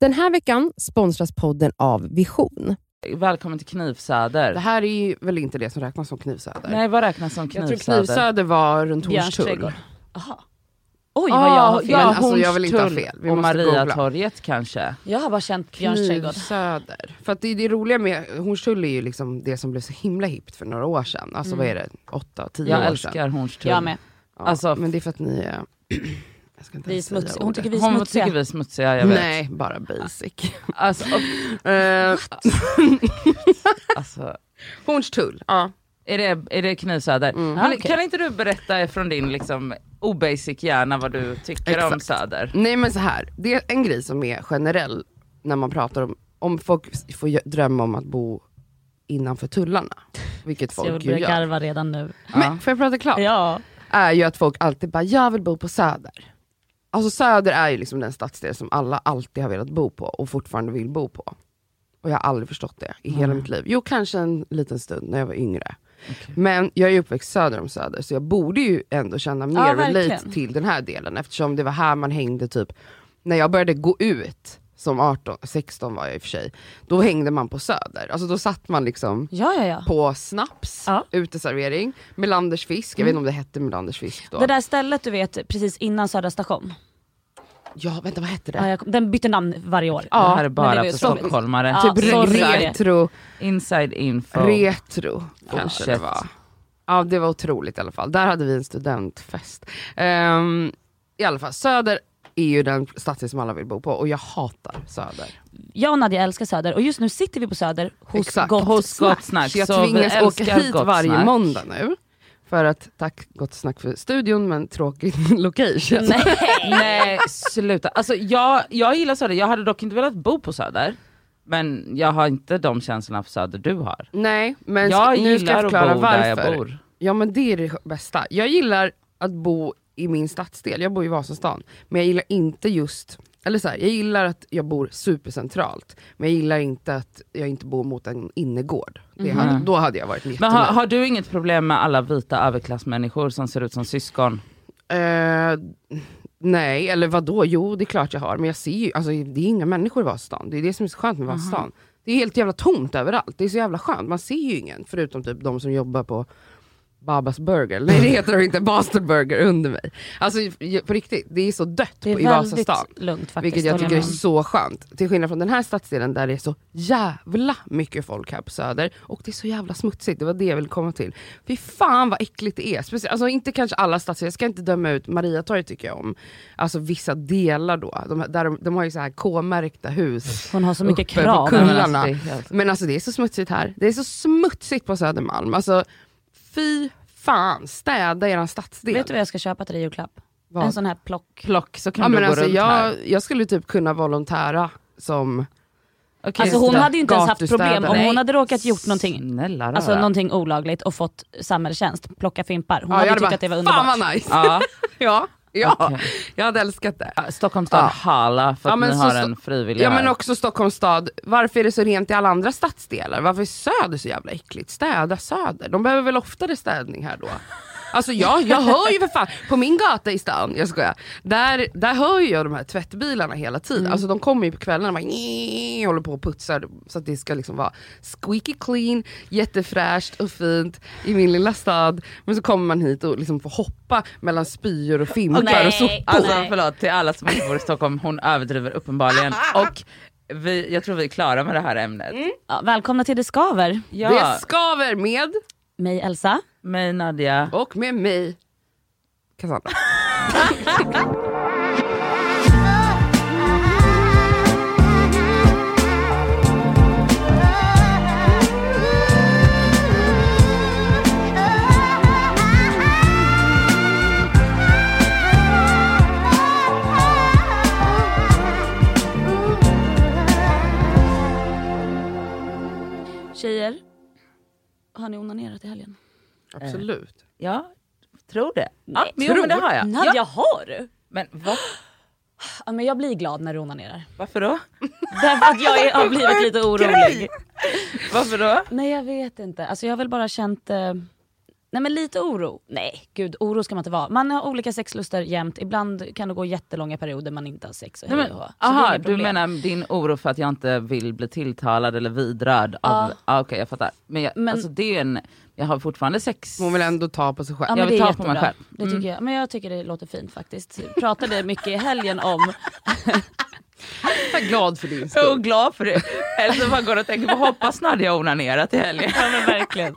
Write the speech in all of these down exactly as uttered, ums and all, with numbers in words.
Den här veckan sponsras podden av Vision. Välkommen till Knivsöder. Det här är ju väl inte det som räknas som Knivsöder. Nej, vad räknas som Knivsöder? Jag tror Knivsöder var runt Hornstull. Jaha. Oj, vad jag har fel. Ja, alltså, jag vill inte ha fel. Vi och måste Maria-torget kanske. Jag har bara känt Björns trädgård. Knivsöder. För att det, det roliga med Hornstull är ju liksom det som blev så himla hippt för några år sedan. Alltså Mm. vad är det? Åtta, tio jag år sedan. Jag älskar Hornstull. Jag med. Ja, alltså, men det är för att ni är... Jag ska inte vi är smutsiga. Hon tycker vi är Hon smutsiga. tycker vi är smutsiga, jag vet. Nej, bara basic. Alltså, och, uh, alltså Hornstull, ja. Är det, är det Knivsöder? Mm. Kan, Ah, okay. kan inte du berätta från din liksom obasic hjärna vad du tycker Exakt. om Söder? Nej men så här, det är en grej som är generell när man pratar om, om folk får drömma om att bo innanför tullarna. Vilket Så jag folk ju börjar gör. garva redan nu. Men får jag prata klart? Ja. Är ju att folk alltid bara, jag vill bo på Söder. Alltså Söder är ju liksom den stadsdel som alla alltid har velat bo på och fortfarande vill bo på. Och jag har aldrig förstått det i hela Mm. mitt liv. Jo, kanske en liten stund när jag var yngre. Okay. Men jag är ju uppväxt söder om Söder, så jag borde ju ändå känna mer Ja, relate verkligen. till den här delen. Eftersom det var här man hängde typ, när jag började gå ut, som arton, sexton var jag i och för sig, då hängde man på Söder. Alltså då satt man liksom Ja, ja, ja. på snaps, Ja. uteservering, Melanders fisk. Jag vet inte om det hette Melanders fisk då. Det där stället du vet, precis innan Södra station. Ja, vänta, vad hette det? Ja, jag, den bytte namn varje år. Det här är men det bara var ju för så- stockholmare. Ja, typ sorry. retro, Inside info. retro kanske det Fortsätt. var. Ja, det var otroligt i alla fall. Där hade vi en studentfest. Ehm, I alla fall, Söder är ju den stadsdel som alla vill bo på och jag hatar Söder. Jag och Nadia älskar Söder och just nu sitter vi på Söder hos Exakt. Gott Hos Snack. Gott Snack. Så jag Så vi tvingas åka älskar hit Gott varje Snack. måndag nu. För att, tack Gott Snack för studion, men tråkig location. Nej. Nej, sluta. Alltså jag, jag gillar Söder. Jag hade dock inte velat bo på Söder. Men jag har inte de känslorna för Söder du har. Nej, men Jag nu ska gillar jag förklara att bo varför. där jag bor. Ja, men det är det bästa. Jag gillar att bo i min stadsdel. Jag bor i Vasastan. Men jag gillar inte just... Eller så här, jag gillar att jag bor supercentralt. Men jag gillar inte att jag inte bor mot en innergård. Det hade, Mhm. då hade jag varit Men jättenöjd. har, har du inget problem med alla vita överklassmänniskor som ser ut som syskon? Eh, nej, eller vadå? Jo, det är klart jag har. Men jag ser ju, alltså, det är inga människor i Vasastan. Det är det som är så skönt med Vasastan. Det är helt jävla tomt överallt. Det är så jävla skönt. Man ser ju ingen, förutom typ de som jobbar på Babas Burger. Nej, det heter det inte, Bastard Burger under mig. Alltså på riktigt, det är så dött Det är på, i väldigt Vasastan. lugnt faktiskt. Vilket jag håller tycker är med om. så skönt. Till skillnad från den här stadsdelen där det är så jävla mycket folk här på Söder. Och det är så jävla smutsigt, det var det jag ville komma till. Fy fan vad äckligt det är. Speciellt, alltså inte kanske alla stadsdelar, jag ska inte döma ut Mariatorget tycker jag om. Alltså vissa delar då. De, där de, de har ju så här K-märkta hus. Hon har så mycket uppe krav. på kullarna. Men alltså, det är helt- Men alltså det är så smutsigt här. Det är så smutsigt på Södermalm. Alltså fy fan, städa eran stadsdel. Vet du vad jag ska köpa till dig i julklapp? Vad? En sån här plock. Plock så kan Ja, du men gå alltså, runt här. jag, jag skulle typ kunna volontära som... Okej, Alltså hon så- hade ju inte ens haft gatustäder. problem om Nej. hon hade råkat gjort någonting. Snälla rara. Alltså någonting olagligt och fått samhällstjänst, plocka fimpar. Hon Ja, hade jag tyckt bara, att det var fan underbart. vad nice. Ja, Ja, ja. Okej. Jag hade älskat det. Ja, Stockholms stad Ja. hala för Ja, att men ni så har sto- en frivillig Ja, här. men också Stockholms stad. Varför är det så rent i alla andra stadsdelar? Varför är Söder så jävla äckligt? Städa Söder. De behöver väl oftare städning här då? Alltså jag, jag hör ju för fan, på min gata i stan, jag skojar, där, där hör ju jag de här tvättbilarna hela tiden. Mm. Alltså de kommer ju på kvällarna och bara, "Nj", håller på och putsar så att det ska liksom vara squeaky clean, jättefräscht och fint i min lilla stad. Men så kommer man hit och liksom får hoppa mellan spyor och fimpar Nej. och sopor. Alltså Nej. förlåt till alla som inte bor i Stockholm, hon överdriver uppenbarligen. Och vi, jag tror vi är klara med det här ämnet. Ja, välkomna till Det Skaver. Ja, Det skaver med, Mig Elsa. mig Nadia. och med mig, Cassandra. Tjejer, har ni onanerat i helgen? Absolut. Ja, tror det. Nej, ja, men jo, men det har jag. Nadja, Ja. har du? Men vad, Ja, men jag blir glad när du onanerar. varför då? Därför att jag är, har blivit lite orolig. Varför då? Nej, jag vet inte. Alltså jag har väl bara känt... Eh, Nej men lite oro. Nej, gud, oro ska man inte vara. Man har olika sexluster jämt. Ibland kan det gå jättelånga perioder man inte har sex. Och Nej, men, aha, du menar din oro för att jag inte vill bli tilltalad eller vidrörd av... Ja. Ah, Okej, okay, jag fattar. Men, jag, men alltså, det är en... Jag har fortfarande sex... Hon vill ändå ta på sig själv. Ja, jag vill ta på mig själv. Det tycker mm. jag. Men jag tycker det låter fint faktiskt. Jag pratade mycket i helgen om... Jag är glad för din Jag är skull. glad för det. Eller så man går och tänker på hoppas Nadia onanerat i helgen. Ja men verkligen.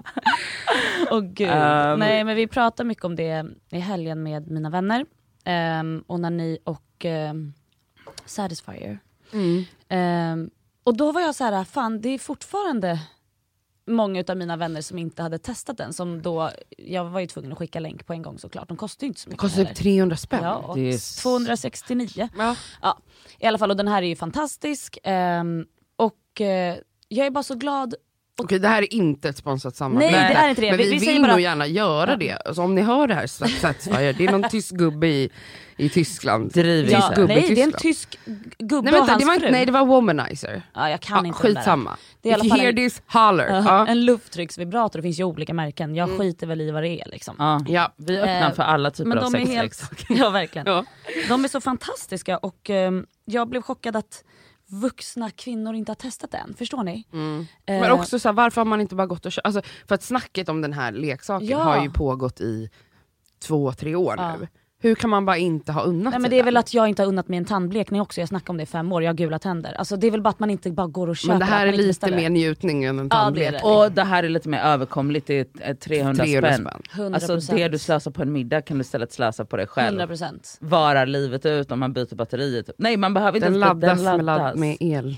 Åh gud. Um, Nej men vi pratar mycket om det i helgen med mina vänner. Um, onani och um, Satisfyer. Mm. Um, och då var jag så här, fan det är fortfarande många av mina vänner som inte hade testat den. Som då, jag var ju tvungen att skicka länk på en gång såklart. De kostar ju inte så mycket. Det kostar typ trehundra spänn. Ja, Det är... tvåhundrasextionio. Ja. Ja, i alla fall. Och den här är ju fantastisk. Um, och uh, jag är bara så glad. Okej, det här är inte ett sponsrat samarbete. Nej, det är inte det. Men Vi- vi, vi vill säger bara- nog gärna göra Ja. det. Alltså, om ni hör det här, Satisfyer, det är någon tysk gubbe i, i Tyskland. Driv Ja, inte. gubbe i nej, det är en Tyskland. tysk gubbe Nej, vänta, och hans det var, fru. inte- nej, det var Womanizer. Ja, jag kan Ja, inte den där. skitsamma. Det är i If alla you fall hear en- this, holler. Ja, Ja. en lufttrycksvibrator, det finns ju olika märken. Jag skiter väl i vad det är liksom. Ja. Ja. Vi är öppna Eh, för alla typer Men av de är helt, sexleksaker. ja verkligen. Ja. De är så fantastiska och ehm, jag blev chockad att vuxna kvinnor inte har testat den. Förstår ni? Mm. Eh, Men också så här, varför har man inte bara gått och köpt? Alltså, för att snacket om den här leksaken Ja. har ju pågått i två, tre år Ja. nu. Hur kan man bara inte ha unnat Nej, sig men det är den? väl att jag inte har unnat mig en tandblekning också. Jag snackade om det i fem år, jag har gula tänder. Alltså, det är väl bara att man inte bara går och köper. Men det här att man är inte lite beställer. mer njutning än en Ja, det är tandlek. det. Och det här är lite mer överkomligt, det är ett trehundra, trehundra spänn. spänn. hundra Alltså procent. det du slösar på en middag kan du istället slösa på dig själv. hundra procent. Varar livet ut om man byter batteriet. Nej, man behöver inte Den ens byta- laddas, Med, ladd, med el.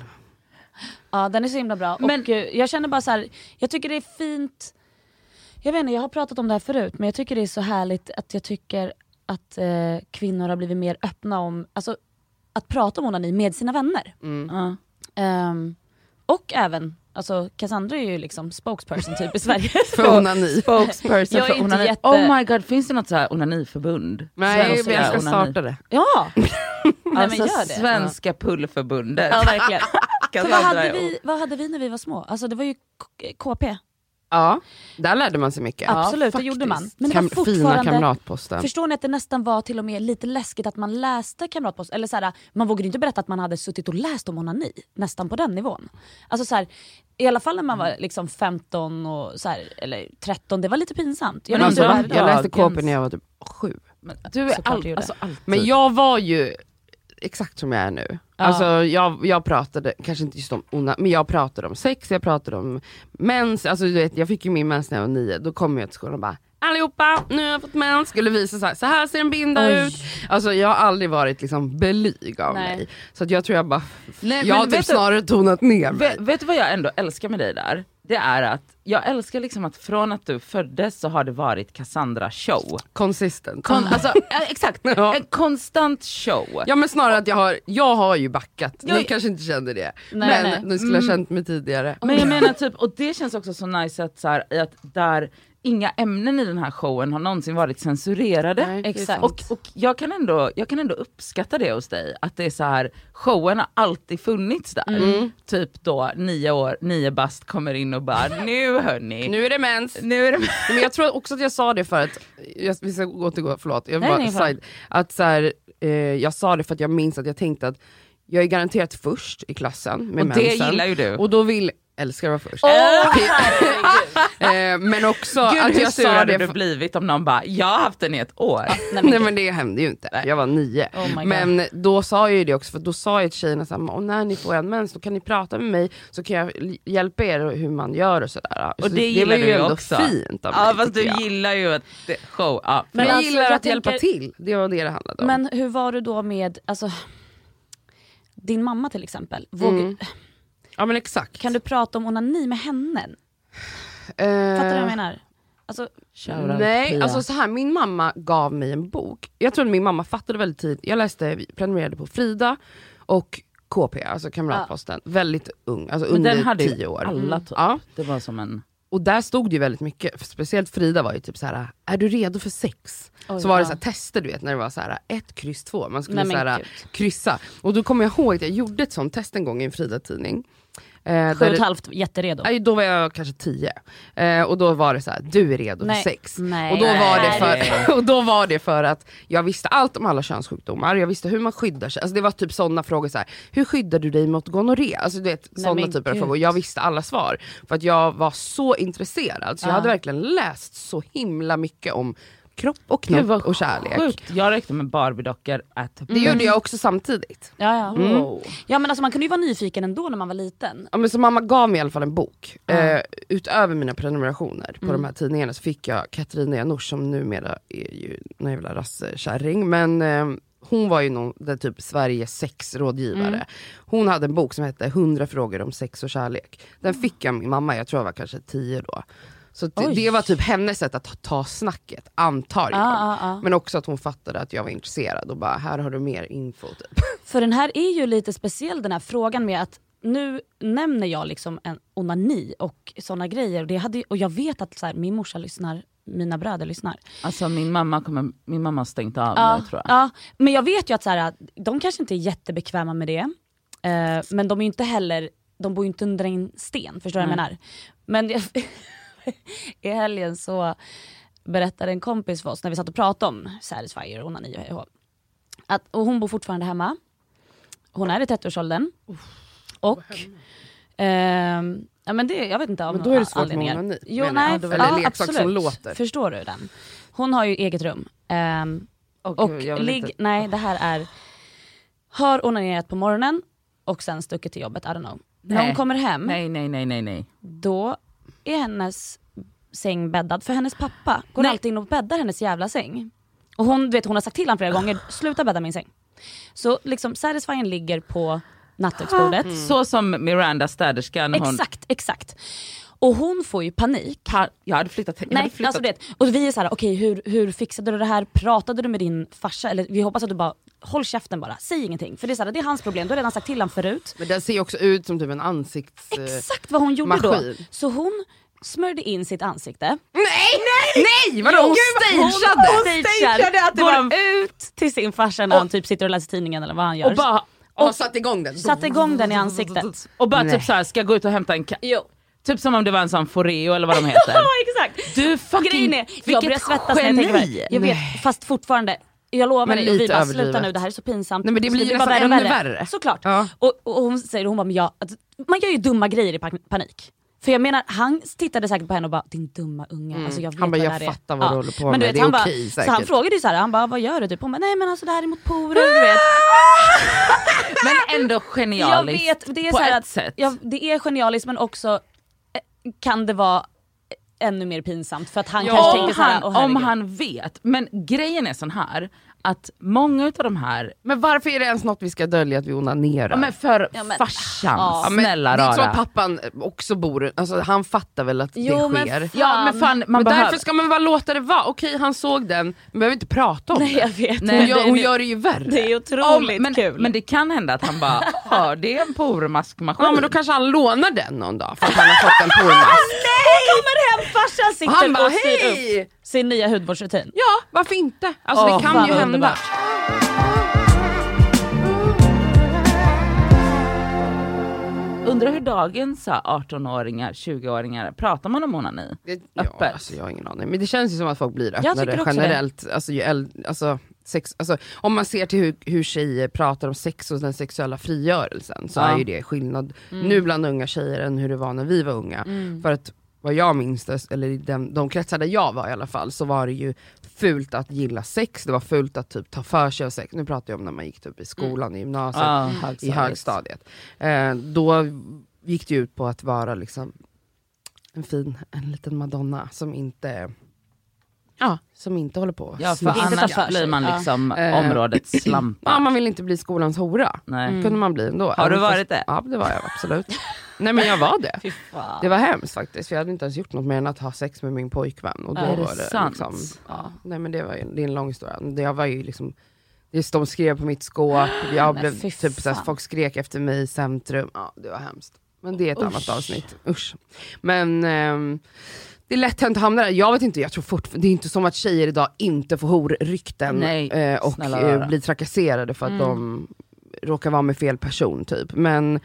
Ja, den är så himla bra. Men- och eh, jag känner bara så här, jag tycker det är fint. Jag vet inte, jag har pratat om det här förut, men jag tycker det är så härligt att jag tycker att eh, kvinnor har blivit mer öppna om, alltså att prata om onani med sina vänner. Mm. Ja. Ehm, och även, alltså Cassandra är ju liksom spokesperson typ i Sverige. För onani. Spokesperson Jag är för inte onani. jätte- Oh my god, finns det något så här onaniförbund? Nej, Svenska men jag ska onani. starta det. Ja, nej, men Alltså gör det. Svenska pullförbundet. Ja, verkligen. För vad, Cassandra hade är- vi, vad hade vi när vi var små? Alltså det var ju K- KP. Ja, där lärde man sig mycket. Absolut, det faktiskt. gjorde man. Men det var Kam- Fina fortfarande- kamratposten. Förstår ni att det nästan var till och med lite läskigt att man läste kamratpost, eller så här, man vågade inte berätta att man hade suttit och läst om onani, nästan på den nivån. Alltså så här, i alla fall när man var liksom femton och så här, eller tretton, det var lite pinsamt. Jag, Men vet inte alltså, hur det var jag idag. läste K P när jag var typ sju. Men du är Såklart all, du gjorde. alltså alltid. Men jag var ju exakt som jag är nu. Ja. Alltså jag, jag pratade, kanske inte just om ona, men jag pratade om sex, jag pratade om mens. Alltså du vet, jag fick ju min mens när jag var nio. Då kom jag till skolan och bara, allihopa, nu har jag fått mens. Skulle visa så här, så här ser en binda Oj. ut. Alltså jag har aldrig varit liksom belyg av Nej. mig. Så att jag tror jag bara, Nej, jag men har typ vet du- snarare tonat ner mig. Vet, vet du vad jag ändå älskar med dig där? Det är att jag älskar liksom att från att du föddes så har det varit Cassandra show. Consistent. Kon, alltså, eh, exakt, Ja. en konstant show. Ja men snarare att jag har, jag har ju backat. Jag- Ni kanske inte kände det. Nej, men nej. ni skulle ha känt mig tidigare. Men jag menar typ, och det känns också så nice att, så här, i att där inga ämnen i den här showen har någonsin varit censurerade. Nej, det är Exakt. sant. Och, och jag, kan ändå, jag kan ändå uppskatta det hos dig, att det är så här, showen har alltid funnits där. Mm. Typ då nio år, nio bast kommer in och bara, nu hörni, Nu är det mens. nu är det Men jag tror också att jag sa det för att, jag, vi ska återgå, förlåt, jag Nej, bara nej, fan. side, att så här, eh, jag sa det för att jag minns att jag tänkte att jag är garanterat först i klassen med och det mensen. gillar ju du. Och då vill, älskar att vara först. Åh, Eh, men också Gud, att hur jag sur sa hade det du för, blivit om någon bara, jag har haft den i ett år. nej, men, nej men det hände ju inte, jag var nio. Oh my God. Men då sa jag ju det också, för då sa jag till tjejerna såhär, och när ni får en mens då kan ni prata med mig så kan jag l- hjälpa er hur man gör och sådär. Och Så det gillar var ju du ju ändå också. fint av Ja mig, fast du tycker jag. gillar ju att det, show, ja. Men Men jag alltså, gillar jag att hjälpa tänker- till, det var det det handlade om. men hur var du då med, alltså din mamma till exempel? Våg, Mm. Ja men exakt. Kan du prata om onani med henne? Eh, Fattar du vad jag menar? Alltså, Shoutout, Nej, Pia. alltså så här, min mamma gav mig en bok. Jag tror att min mamma fattade väldigt tidigt. Jag läste, prenumererade på Frida och K P, alltså Kamratposten. Väldigt ung, alltså Men under den hade ju tio år. alla typ. Ja. Det var som en... Och där stod det ju väldigt mycket, speciellt Frida var ju typ så här: är du redo för sex? Oj, så var det ja. så här tester, du vet, när det var så här ett kryss två, man skulle Nej, men så här gud. kryssa. Och då kommer jag ihåg att jag gjorde ett sånt test en gång i en Frida-tidning. Eh, Sju och ett halvt, jätteredo. Nej, då var jag kanske tio. Eh, och då var det så här, du är redo Nej. för sex. Nej. Och, då var det Nej. för, och då var det för att jag visste allt om alla könssjukdomar. Jag visste hur man skyddar sig. Alltså det var typ sådana frågor så här, hur skyddar du dig mot gonorré? Alltså du vet, sådana men typer av gud. frågor. Jag visste alla svar. För att jag var så intresserad. Så jag Ja. hade verkligen läst så himla mycket om kropp och Gud, knopp vad och kärlek. Sjukt. Jag räckte med Barbie-dockor at Det gjorde jag också samtidigt. Ja, ja. Mm. Wow. ja men alltså man kunde ju vara nyfiken ändå när man var liten. Ja, men så mamma gav mig i alla fall en bok. Mm. Eh, utöver mina prenumerationer på mm. de här tidningarna så fick jag Katarina Janouch som numera är ju en jävla rassekärring. Men eh, hon var ju någon, det typ Sveriges sexrådgivare. Mm. Hon hade en bok som hette hundra frågor om sex och kärlek. Den fick jag min mamma, jag tror jag var kanske tio då. Så det, det var typ hennes sätt att ta, ta snacket, antar jag. Ah, ah, ah. Men också att hon fattade att jag var intresserad och bara, här har du mer info typ. För den här är ju lite speciell, den här frågan med att nu nämner jag liksom en onani och såna grejer. Och, det hade, och jag vet att så här, min morsa lyssnar, mina bröder lyssnar. Alltså min mamma kommer, min mamma har stängt av Ja, nu tror jag. ja, men jag vet ju att så här, de kanske inte är jättebekväma med det. Eh, men de är ju inte heller, de bor ju inte under en sten, förstår du vad jag menar? Men jag, i helgen så berättade en kompis för oss när vi satt och pratade om Satisfyer och onani och hej och hå. Att, och hon bor fortfarande hemma. Hon är i trettioårsåldern. Och ehm, ja, men det, jag vet inte om Men då är det svårt anledningar. med onani, Jo, menar jag. nej, Ja, det var ja, en leksak absolut. som låter. Förstår du den? Hon har ju eget rum. Ehm, Oh, och Gud, jag vill ligg, inte- nej, det här är har onanerat på morgonen och sen stuckit till jobbet, I don't know. När Nej. hon kommer hem, Nej, nej, nej, nej, nej. då är hennes säng bäddad. För hennes pappa går Nej. alltid in och bäddar hennes jävla säng. Och hon, vet, hon har sagt till honom flera gånger, sluta bädda min säng. Så liksom Satisfyern ligger på nattduksbordet. Så som Miranda städerskan. Hon, Exakt, exakt. Och hon får ju panik. Ha, jag hade flyttat. Jag Nej, hade flyttat. alltså det. Och vi är så här, okej, hur, hur fixade du det här? Pratade du med din farsa? Eller vi hoppas att du bara, håll käften bara, säg ingenting. För det är så här, det är hans problem, du har redan sagt till honom förut. Men den ser ju också ut som typ en ansikts... eh, Exakt vad hon gjorde maskin. då. Så hon smörjde in sitt ansikte. Nej, nej, nej! Vadå? Hon stageade? Hon stageade att det går var- ut till sin farsa när han typ sitter och läser tidningen eller vad han gör. Och bara, Och satte igång den. satte igång den i ansiktet. och bara Nej. typ så här, ska jag gå ut och hämta en ka- Jo. Typ som om det var en sån Foreo eller vad de heter. Ja, exakt. Du fucking, Grejen är, jag vilket börjar svettas när jag tänker på geni. det. Jag vet, fast fortfarande, jag lovar Men dig, och vi lite bara överdrivet. sluta nu, det här är så pinsamt. Nej, men det Så blir ju bara nästan värre och ännu värre. värre. Såklart. Ja. Och, och hon säger, hon bara, men jag, att, man gör ju dumma grejer i pan- panik. För jag menar, han tittade säkert på henne och bara, din dumma unge. Alltså, jag vet Han bara, vad jag det här är. fattar vad du håller på med. du vet, Det är han bara, okej, så han säkert. frågade ju så här, han bara, vad gör du? Typ, hon bara, nej men alltså det här är mot porer, du vet. Men ändå Jag genialiskt vet, det är på så här ett att, sätt. ja, det är genialiskt men också eh, kan det vara ännu mer pinsamt för att han kanske om, tänker så här, han, åh, om herregud. han vet. Men grejen är sån här att många av de här, Men varför är det ens något vi ska dölja att vi onanerar? ja, men för Ja, men- farsan, Ja. Ja, men snälla det är så rara. att pappan också bor, alltså han fattar väl att Jo, det men sker. f- Ja men fan, man Men behöver... därför ska man bara låta det vara. Okej, han såg den, men behöver inte prata om Nej det. jag vet. Nej, Hon, det, gör, hon det, gör det ju värre. det är Ja, otroligt men, kul. men det kan hända att han bara, ja det är en pormaskmaskin. Ja, men då kanske han lånar den någon dag för att han har fått en pormask. Nej! Kommer hem, farsan Och han sitter bara, och styr upp hej! sin nya hudvårdsrutin. Ja, varför inte? Alltså Åh, det kan fan ju vad hända. underbart. Undrar hur dagens så här, arton-åringar, tjugo-åringar, pratar man om onani? Det, ja, Öppet. alltså, jag har ingen aning. Men det känns ju som att folk blir Jag tycker öppnare också generellt. Alltså, ju äldre, alltså, sex, alltså, om man ser till hur, hur tjejer pratar om sex och den sexuella frigörelsen så Ja. är ju det skillnad nu bland unga tjejer än hur det var när vi var unga. För att vad jag minns, det, eller i den, de kretsar där jag var i alla fall, så var det ju fult att gilla sex, det var fult att typ ta för sig av sex. Nu pratar jag om när man gick typ i skolan, i gymnasiet, Ja, i högstadiet. högstadiet. Eh, då gick det ut på att vara liksom en fin, en liten Madonna som inte ja, som inte håller på Ja, för snuska. Inte ta annars för blir sig. man Ja. liksom Eh. områdets slampa. Ja, man vill inte bli skolans hora. Nej. Kunde man bli ändå. Har du Även varit fast- det? Ja, det var jag absolut. Nej, men jag var det. Fy fan. Det var hemskt faktiskt, för jag hade inte ens gjort något mer än att ha sex med min pojkvän. Och då Är det var det sant? liksom, ja, nej men det var ju, det är en lång historia. Det jag var ju liksom, det, de skrev på mitt skåp, jag Men blev fy typ såhär, fan. folk skrek efter mig i centrum. Ja, det var hemskt. Men det är ett Usch. annat avsnitt. Usch. Men ehm, det är lätt hänt att hamna där. Jag vet inte, jag tror fortfarande, det är inte som att tjejer idag inte får horrykten Nej, eh, och snälla eh, rara. blir trakasserade för att Mm. de råkar vara med fel person typ. Men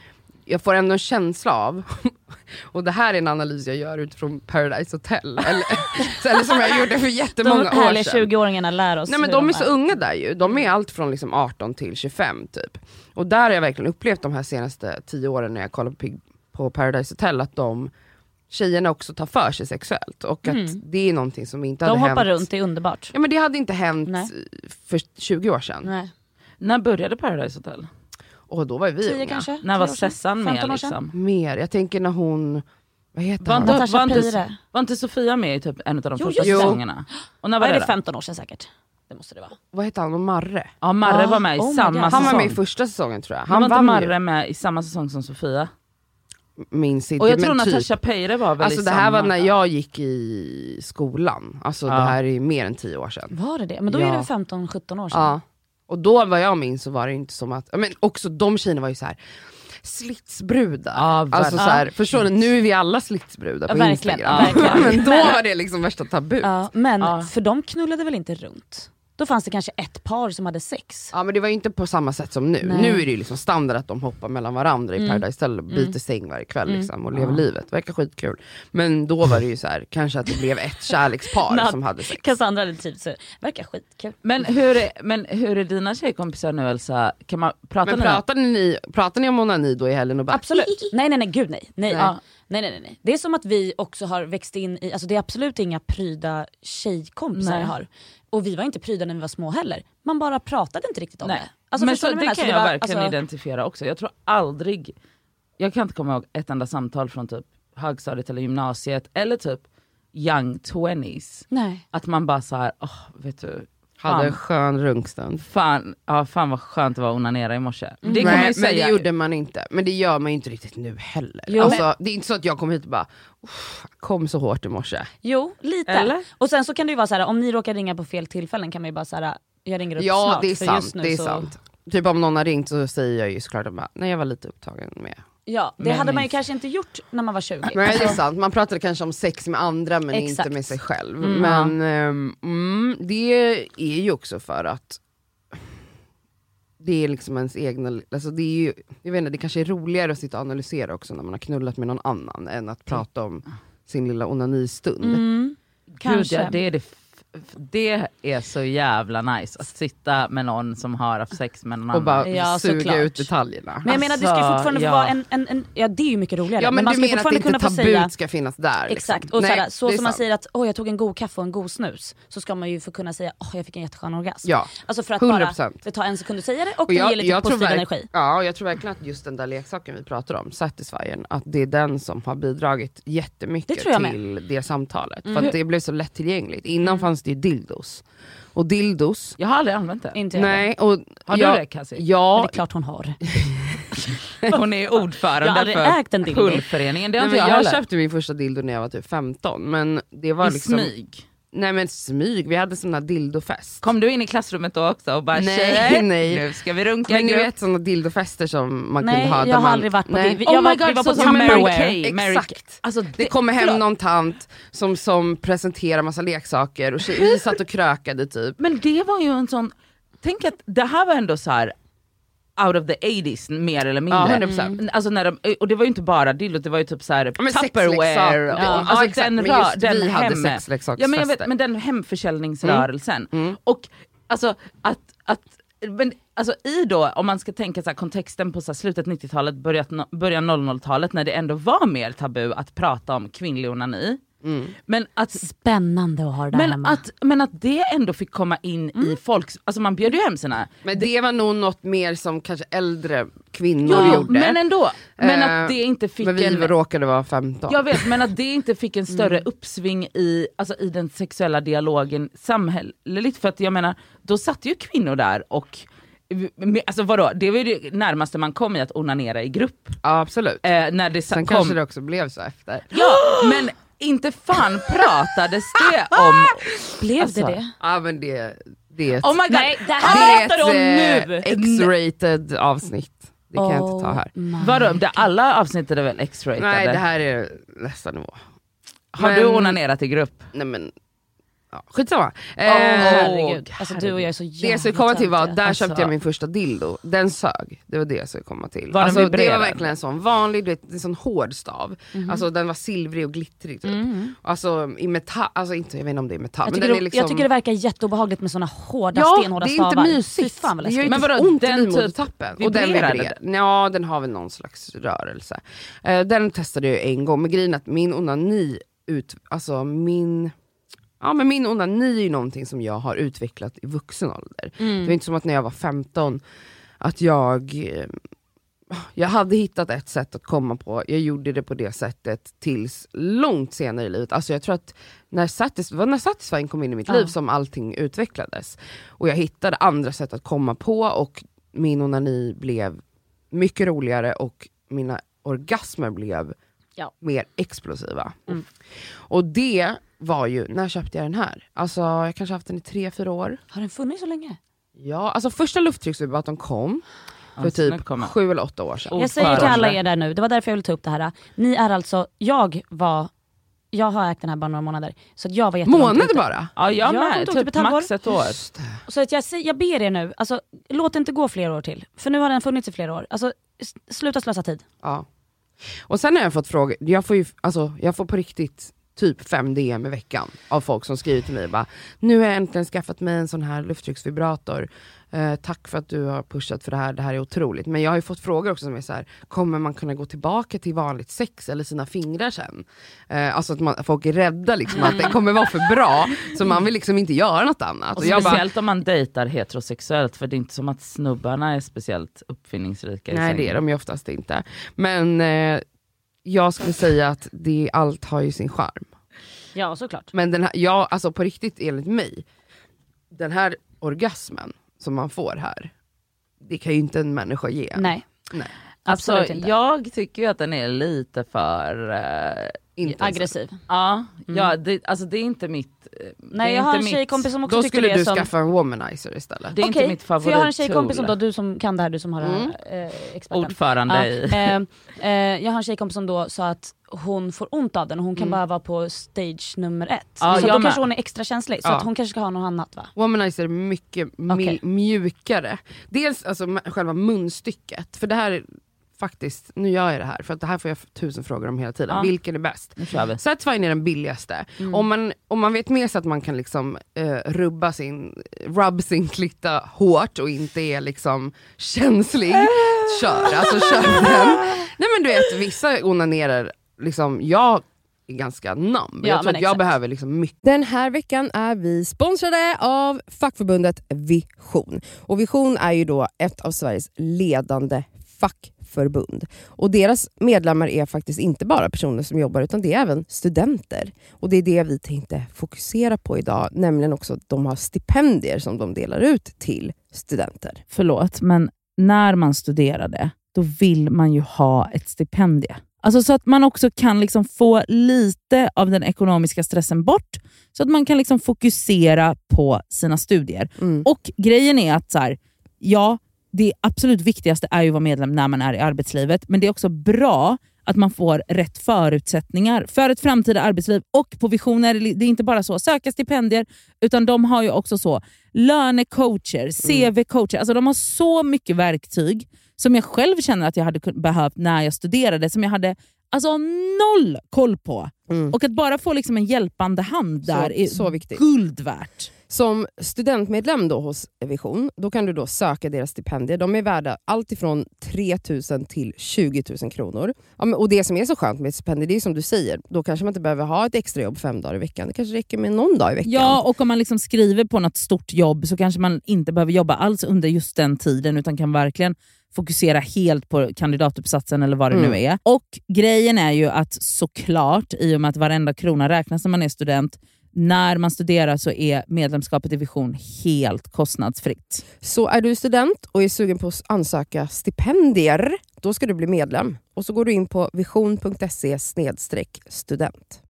jag får ändå en känsla av, och det här är en analys jag gör utifrån Paradise Hotel, eller, eller som jag gjorde för jättemånga de år härliga sedan. tjugo-åringarna lär oss. Nej, men de är så unga där ju. De är allt från liksom arton till tjugofem typ. Och där har jag verkligen upplevt de här senaste tio åren när jag kollar på, på Paradise Hotel att de tjejerna också tar för sig sexuellt. Och att Mm. det är någonting som inte de hade hänt. hoppar runt, det är underbart. Ja, men det hade inte hänt Nej. för tjugo år sedan. Nej. När började Paradise Hotel? Och då var ju vi tio unga. kanske? När var tio år sedan? Sessan med femton år sedan? liksom? Mer, jag tänker när hon, vad heter Var han? inte, Natasha var, inte, Pire. var inte Sofia med i typ en av de Jo, första just det. säsongerna? Och när Var var det det? femton år sedan säkert? Det måste det vara. Vad heter han? Och Marre? Ja, Marre Ah, var med i oh my samma God. Han säsong. var med i första säsongen tror jag. Han Han var inte vann ju. Marre med i samma säsong som Sofia? Minns inte, Och jag men tror typ. Natasha Peire var väl Alltså i det här samma. var när jag gick i skolan. Alltså Ja. det här är mer än tio år sedan. Var det det? Men då Ja. är det femton sjutton år sedan. Ja. Och då vad jag minns så var det inte som att, ja, men också de tjejerna var ju så här slitsbrudar. Ja, alltså verkligen. så här, förstår du, nu är vi alla slitsbrudar på Ja, verkligen, Instagram. ja, verkligen. Men då var det liksom värsta tabu. Ja. Ja, men Ja. för de knullade väl inte runt? Då fanns det kanske ett par som hade sex. men det var ju inte på samma sätt som nu. Nej. Nu är det ju liksom standard att de hoppar mellan varandra i Mm. Paradise Hotel och byter Mm. säng varje kväll Mm. liksom, och lever livet. Det verkar skitkul. Men då var det ju så här, kanske att det blev ett kärlekspar Nat- som hade sex. Cassandra hade typ så, verkar skitkul. Men hur, är, men hur är dina tjejkompisar nu Elsa? Kan man prata Men nu? pratar ni, pratar ni om onani då i helgen och bara Absolut. Nej nej nej gud nej. Nej. Ja. nej nej nej nej. Det är som att vi också har växt in i, alltså det är absolut inga pryda tjejkompisar Nej. jag har. Och vi var inte pryda när vi var små heller. Man bara pratade inte riktigt om Nej. det. Alltså, men förstår så, ni det vad jag kan menar? jag Så det var, verkligen alltså, identifiera också. Jag tror aldrig, jag kan inte komma ihåg ett enda samtal från typ högstadiet eller gymnasiet eller typ young twenties. Nej. Att man bara så här, åh, vet du, hade en fan, skön runkstund. fan, ja, fan vad skönt det var att onanera i morse. Det kan man ju Nej, men säga. det gjorde man inte. Men det gör man ju inte riktigt nu heller. Jo, Alltså, det är inte så att jag kom hit och bara "Uff, kom så hårt i morse. Jo, lite. Eller? Och sen så kan det ju vara så här, om ni råkar ringa på fel tillfällen kan man ju bara så här, jag ringer upp Ja snart. det är för sant, just nu det är så, sant. Typ om någon har ringt så säger jag ju såklart att nej jag var lite upptagen med. Ja, det Men hade man ju minst. kanske inte gjort när man var tjugo. Nej det är sant, man pratade kanske om sex med andra men Exakt. inte med sig själv. Mm. Men ehm, mm, det är ju också för att det är liksom ens egna, alltså det är ju, jag vet inte, det kanske är roligare att sitta och analysera också när man har knullat med någon annan än att prata om sin lilla onanistund. Mm, Gud, kanske. ja, det, är det, f- det är så jävla nice att sitta med någon som har haft sex med någon Och annan. bara Ja, suga såklart. ut detaljerna. Men jag menar det ska ju Alltså, fortfarande få ja. vara en, en, en, ja det är ju mycket roligare. Ja men, man du ska menar att fortfarande inte kunna få tabut säga ska finnas där? Liksom. exakt, och Nej, såhär, så det är som man sant. säger att åh jag tog en god kaffe och en god snus, så ska man ju få kunna säga åh jag fick en jätteskön orgasm. Ja, Alltså för att hundra bara, procent. det tar en sekund att säga det och, Och det ger jag, lite jag, tror positiv verk- energi. ja, och jag tror verkligen att just den där leksaken vi pratar om, Satisfyern, att det är den som har bidragit jättemycket Det tror jag med. till det samtalet. Mm. För att det blev så lättillgängligt. Innan Mm. fanns det ju dildos. Och dildos, Jag har aldrig använt det. Inte jag. nej. Och Har jag, du det Cassie? Men Ja, det är klart hon har. Hon är ordförande Jag har aldrig för ägt en dildo. Hullföreningen. Det har nej, inte men jag, jag heller. köpte min första dildo när jag var typ femton. Men det var I liksom... smyg. Nej men smyg, vi hade sån här dildofest. Kom du in i klassrummet då också och bara Nej, tjejer, nej. nu ska vi runka Men i ni grupp. vet såna dildofester som man Nej, kunde ha. där jag har man, aldrig varit på nej. det. Vi- Oh jag my var, God, vi var så på som Tupperware. Mary Kay. Mary Exakt. Kay. Alltså, det, Det kommer hem förlåt. någon tant som, som presenterar massa leksaker och tjej, vi satt och krökade typ. Men det var ju en sån, tänk att det här var ändå så här out of the eighties mer eller mindre. Ja, hundra procent. Alltså när de, och det var ju inte bara dildo, det var ju typ så här men Tupperware. Och, Ja, alltså ja, exakt. den, Men rö- just den vi hade hem- sexleksaksfester. Ja, men, jag vet, men den hemförsäljningsrörelsen. Mm. Och alltså att, att men, alltså i då, om man ska tänka så här, kontexten på så här, slutet nittiotalet, början, början noll noll-talet när det ändå var mer tabu att prata om kvinnlig onani. Mm. Men att Spännande att ha det där men hemma. att, men att det ändå fick komma in i folks, alltså man bjöd ju hem sina. Men det var nog något mer som kanske äldre kvinnor Ja, gjorde. men ändå. Men Eh, att det inte fick men vi en... råkade vara femton. Jag vet, men att det inte fick en större uppsving i, alltså i den sexuella dialogen samhälleligt. För att jag menar, då satt ju kvinnor där och, alltså vadå, det var ju det närmaste man kom i att onanera i grupp. Ja absolut. Eh, när det sa- Sen kom... kanske det också blev så efter. Ja, men inte fan pratades det om... Blev alltså, det det? Ja men det, det är ett, Oh my God, Nej, det det här är pratar de ett nu! eh, X-rated avsnitt. Det kan jag inte ta här. Oh my vadå, det, alla avsnitt är väl X-ratade? Nej det här är nästa nivå. Har men- du onanerat i grupp? Nej men Ja, skitsamma. Oh, Eh, herregud. Alltså du och jag är så det jävla jag skulle komma till var, där Alltså. köpte jag min första dildo. Den sög. Det var det jag skulle komma till. Var den alltså, det vibrerad? var verkligen en sån vanlig, du vet, en sån hård stav. Mm-hmm. Alltså den var silvrig och glittrig typ. Mm. Alltså i metall, alltså inte, jag vet inte om det är metall. Jag men tycker, den det, är liksom... jag tycker det verkar jätteobehagligt med såna hårda, Ja, stenhårda det är stavar. inte mysigt. Fy fan vad Det gör läskigt. inte Men så vadå, ont i den typ livmodertappen. Och den vibrerade vibrerar. Ja, den har väl någon slags rörelse. Eh, den testade jag en gång. Men grejen är att min onani ut, alltså min... Ja, men min onani är ju någonting som jag har utvecklat i vuxen ålder. Mm. Det var inte som att när jag var femton att jag eh, jag hade hittat ett sätt att komma på. Jag gjorde det på det sättet tills långt senare i livet. Alltså jag tror att när Satis, var när Satisfying kom in i mitt Ja. liv som allting utvecklades. Och jag hittade andra sätt att komma på och min onani blev mycket roligare och mina orgasmer blev Ja. mer explosiva. Mm. Och det var ju, när köpte jag den här? Alltså jag kanske haft den i tre, fyra år. Har den funnits så länge? Ja, alltså första lufttrycksvibratorn kom för Alltså, nu typ kommer- sju eller åtta år sedan. Oh. Jag säger till alla Ordförande. er där nu, det var därför jag ville ta upp det här. Ni är alltså, jag var, jag har ägt den här bara några månader. Så att jag var jättelångt Månader ute. bara? Ja, jag Ja, med. det tog Typ typ ett halvår. max ett år. Just det. Så att jag, säger- jag ber er nu, alltså, låt det inte gå fler år till. För nu har den funnits i flera år. Alltså, s- sluta slösa tid. Ja. Och sen har jag fått frågor, jag får ju, alltså jag får på riktigt typ fem D M i veckan av folk som skriver till mig bara, nu har jag äntligen skaffat mig en sån här lufttrycksvibrator. Eh, tack för att du har pushat för det här, det här är otroligt. Men jag har ju fått frågor också som är så här, kommer man kunna gå tillbaka till vanligt sex eller sina fingrar sen? Eh, alltså att man, folk är rädda liksom att det kommer vara för bra, så man vill liksom inte göra något annat. Och Och jag bara, speciellt om man dejtar heterosexuellt, för det är inte som att snubbarna är speciellt uppfinningsrika i nej, det är de ju oftast inte. Men eh, jag skulle säga att det, allt har ju sin charm. Ja, såklart. Men den här, ja, alltså på riktigt enligt mig, den här orgasmen som man får här, det kan ju inte en människa ge. Nej, Nej. Alltså, absolut inte. jag tycker ju att den är lite för... eh, Inte Aggressiv. ja, ja det, alltså det är inte mitt... eh, det Nej, är jag har inte en mitt- tjejkompis som också Då tycker skulle det är du som... skaffa en womanizer istället. Det är inte Okej, mitt för jag har en favorittool. tjejkompis som, då, du som kan det här, du som har Mm. mm. eh, experten. Ordförande Ja, i... eh, eh, jag har en tjejkompis som då sa att hon får ont av den och hon kan Mm. bara vara på stage nummer ett. Ja, så jag då med. kanske hon är extra känslig, så Ja. att hon kanske ska ha något annat va? Womanizer är mycket mil- Okej. mjukare. Dels alltså m- själva munstycket, för det här är faktiskt, nu gör jag det här, för att det här får jag tusen frågor om hela tiden. Ja. Vilken är bäst? Nu kör vi. Satisfying är den billigaste. Mm. Om, man, om man vet med sig att man kan liksom eh, rubba sin, rub sin klitta hårt och inte är liksom känslig, kör. Alltså kör den. Nej men du vet, vissa onanerar, liksom, jag är ganska nam. Ja, jag tror men att jag exakt. behöver liksom mycket. Den här veckan är vi sponsrade av fackförbundet Vision. Och Vision är ju då ett av Sveriges ledande fackförbund. Och deras medlemmar är faktiskt inte bara personer som jobbar, utan det är även studenter. Och det är det vi tänkte fokusera på idag, nämligen också att de har stipendier som de delar ut till studenter. Förlåt, men när man studerade, då vill man ju ha ett stipendie. Alltså så att man också kan liksom få lite av den ekonomiska stressen bort, så att man kan liksom fokusera på sina studier. Mm. Och grejen är att så här, ja, det absolut viktigaste är ju att vara medlem när man är i arbetslivet, men det är också bra att man får rätt förutsättningar för ett framtida arbetsliv. Och på Vision är det, det är inte bara så söka stipendier, utan de har ju också så lönecoacher, C V-coacher. Alltså de har så mycket verktyg som jag själv känner att jag hade kun- behövt när jag studerade, som jag hade alltså noll koll på. Mm. Och att bara få liksom en hjälpande hand där Så- är så viktigt. guld värt. Som studentmedlem då hos Vision, då kan du då söka deras stipendier. De är värda allt ifrån tre tusen till tjugo tusen kronor. Ja, men, och det som är så skönt med ett stipendium, det är som du säger, då kanske man inte behöver ha ett extra jobb fem dagar i veckan. Det kanske räcker med någon dag i veckan. Ja, och om man liksom skriver på något stort jobb så kanske man inte behöver jobba alls under just den tiden, utan kan verkligen fokusera helt på kandidatuppsatsen eller vad det Mm. nu är. Och grejen är ju att såklart, i och med att varenda krona räknas när man är student, när man studerar så är medlemskapet i Vision helt kostnadsfritt. Så är du student och är sugen på att ansöka stipendier, då ska du bli medlem. Och så går du in på vision punkt se snedstreck student.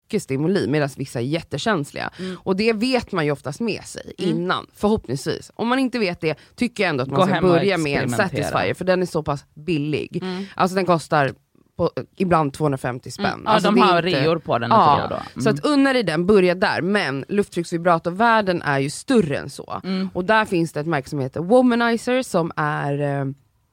mycket stimuli medan vissa är jättekänsliga. Mm. Och det vet man ju oftast med sig mm. innan, förhoppningsvis. Om man inte vet det tycker jag ändå att man Gå ska börja med en Satisfyer, för den är så pass billig. Mm. Alltså den kostar på, ibland tvåhundrafemtio spänn. Mm. Ja, alltså, de har inte... reor på den. Ja, då. Mm. Så att unna dig den, börja där. Men lufttrycksvibratorvärlden är ju större än så. Mm. Och där finns det ett märke som heter Womanizer som är eh,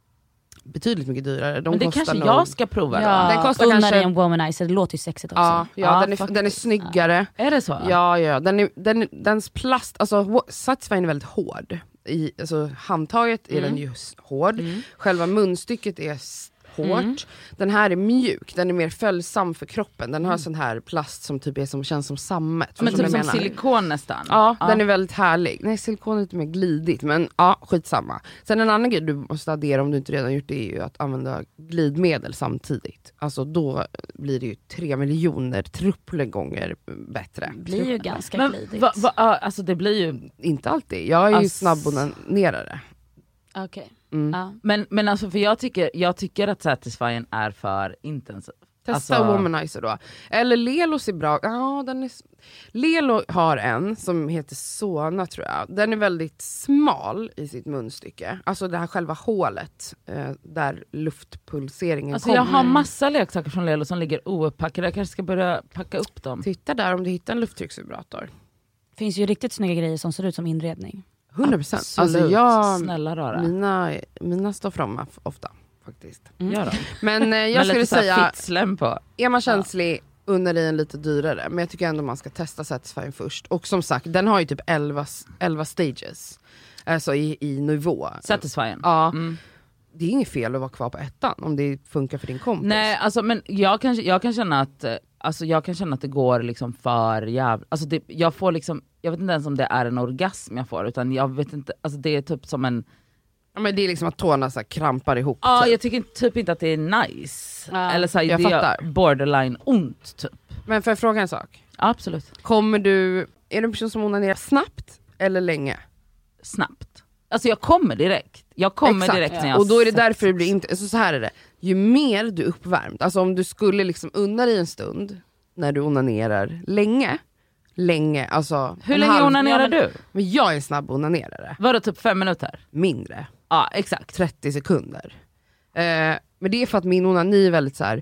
betydligt mycket dyrare. De men det kanske nog... jag ska prova då. Ja, den kostar unna kanske... dig en Womanizer, det låter ju sexigt också. Ja, ja, ja den, är, den är snyggare. Ja. Är det så? Ja, ja. Den är, den, dens plast, alltså Satisfyer är väldigt hård. I, alltså handtaget är mm. den ju hård. Mm. Själva munstycket är hårt. Mm. Den här är mjuk, den är mer följsam för kroppen. Den har mm. sån här plast som typ är som känns som sammet. Men typ som silikon nästan. Ja, ja, den är väldigt härlig. Nej, silikon är lite mer glidigt, men ja, skitsamma. Sen en annan grej du måste addera om du inte redan gjort det är ju att använda glidmedel samtidigt. Alltså då blir det ju tre miljoner trippla gånger bättre. Det blir ju ganska men, glidigt. Va, va, alltså det blir ju... Inte alltid. Jag är Ass... ju snabbonanerare. Okej. Okay. Mm. Ja. Men, men alltså för jag tycker, jag tycker att Satisfyen är för intensiv. Testa alltså... Womanizer då. Eller Lelos är bra. Ja, den är... Lelo har en som heter Sona tror jag. Den är väldigt smal i sitt munstycke. Alltså det här själva hålet eh, där luftpulseringen alltså kommer. Jag har massa leksaker från Lelo som ligger ouppackade. Jag kanske ska börja packa upp dem. Titta där om du hittar en lufttrycksvibrator. Det finns ju riktigt snygga grejer som ser ut som inredning. hundra procent. Alltså jag, snälla rara. Mina, mina står framme ofta faktiskt. Mm. Ja då. Men eh, jag skulle säga, på. är man känslig ja. under i en lite dyrare. Men jag tycker ändå man ska testa Satisfyer först. Och som sagt, den har ju typ elva, elva stages. Alltså i, i nivå. Satisfyer. Ja. Mm. Det är inget fel att vara kvar på ettan om det funkar för din kompis. Nej, alltså men jag kan, jag kan känna att alltså jag kan känna att det går liksom för jävla, alltså det, jag får liksom, jag vet inte ens om det är en orgasm jag får, utan jag vet inte, alltså det är typ som en... Ja, men det är liksom att tårna så här krampar ihop. Ja, typ. jag tycker typ inte att det är nice. Ja. Eller så här, jag det fattar. är borderline ont typ. Men får jag fråga en sak? Ja, absolut. Kommer du, är du en person som onanerar snabbt eller länge? Snabbt. Alltså jag kommer direkt. Jag kommer Exakt. direkt när jag och då är det sett. därför det blir inte, alltså så här är det. Ju mer du är uppvärmd, alltså om du skulle liksom unna dig en stund när du onanerar länge, länge, alltså hur länge halv, onanerar ja, men, du? Men jag är en snabb onanerare. Var det typ fem minuter? Mindre. Ja, exakt. trettio sekunder. Eh, men det är för att min onani är väldigt så här.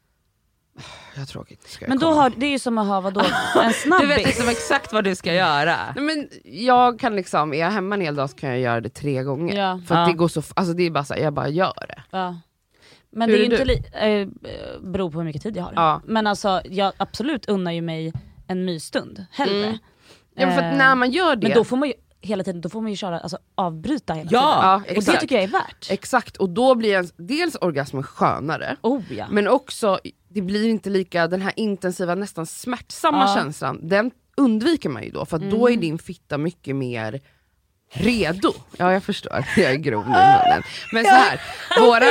Jag har tråkigt. Ska jag men då komma? har, det är ju som att ha vadå, en snabbis. Du vet liksom exakt vad du ska göra. Nej, men jag kan liksom, är jag hemma en hel dag så kan jag göra det tre gånger. Ja. För att Ja. det går så, alltså det är bara så här, jag bara gör det. Ja. Men Hur det är ju är inte li- äh, beror på hur mycket tid jag har. Ja. Men alltså jag absolut unnar ju mig en mysstund hellre. Mm. Ja, men för att när man gör det. Men då får man ju hela tiden, då får man ju köra, alltså avbryta hela Ja, tiden. Ja, och exakt. det tycker jag är värt. Exakt, och då blir ens, dels orgasmen skönare. Oh, ja. Men också, det blir inte lika, den här intensiva, nästan smärtsamma Ja. känslan, den undviker man ju då. För att då är din fitta mycket mer redo. Ja, jag förstår att jag är grov nu i munnen. Men så här, våra,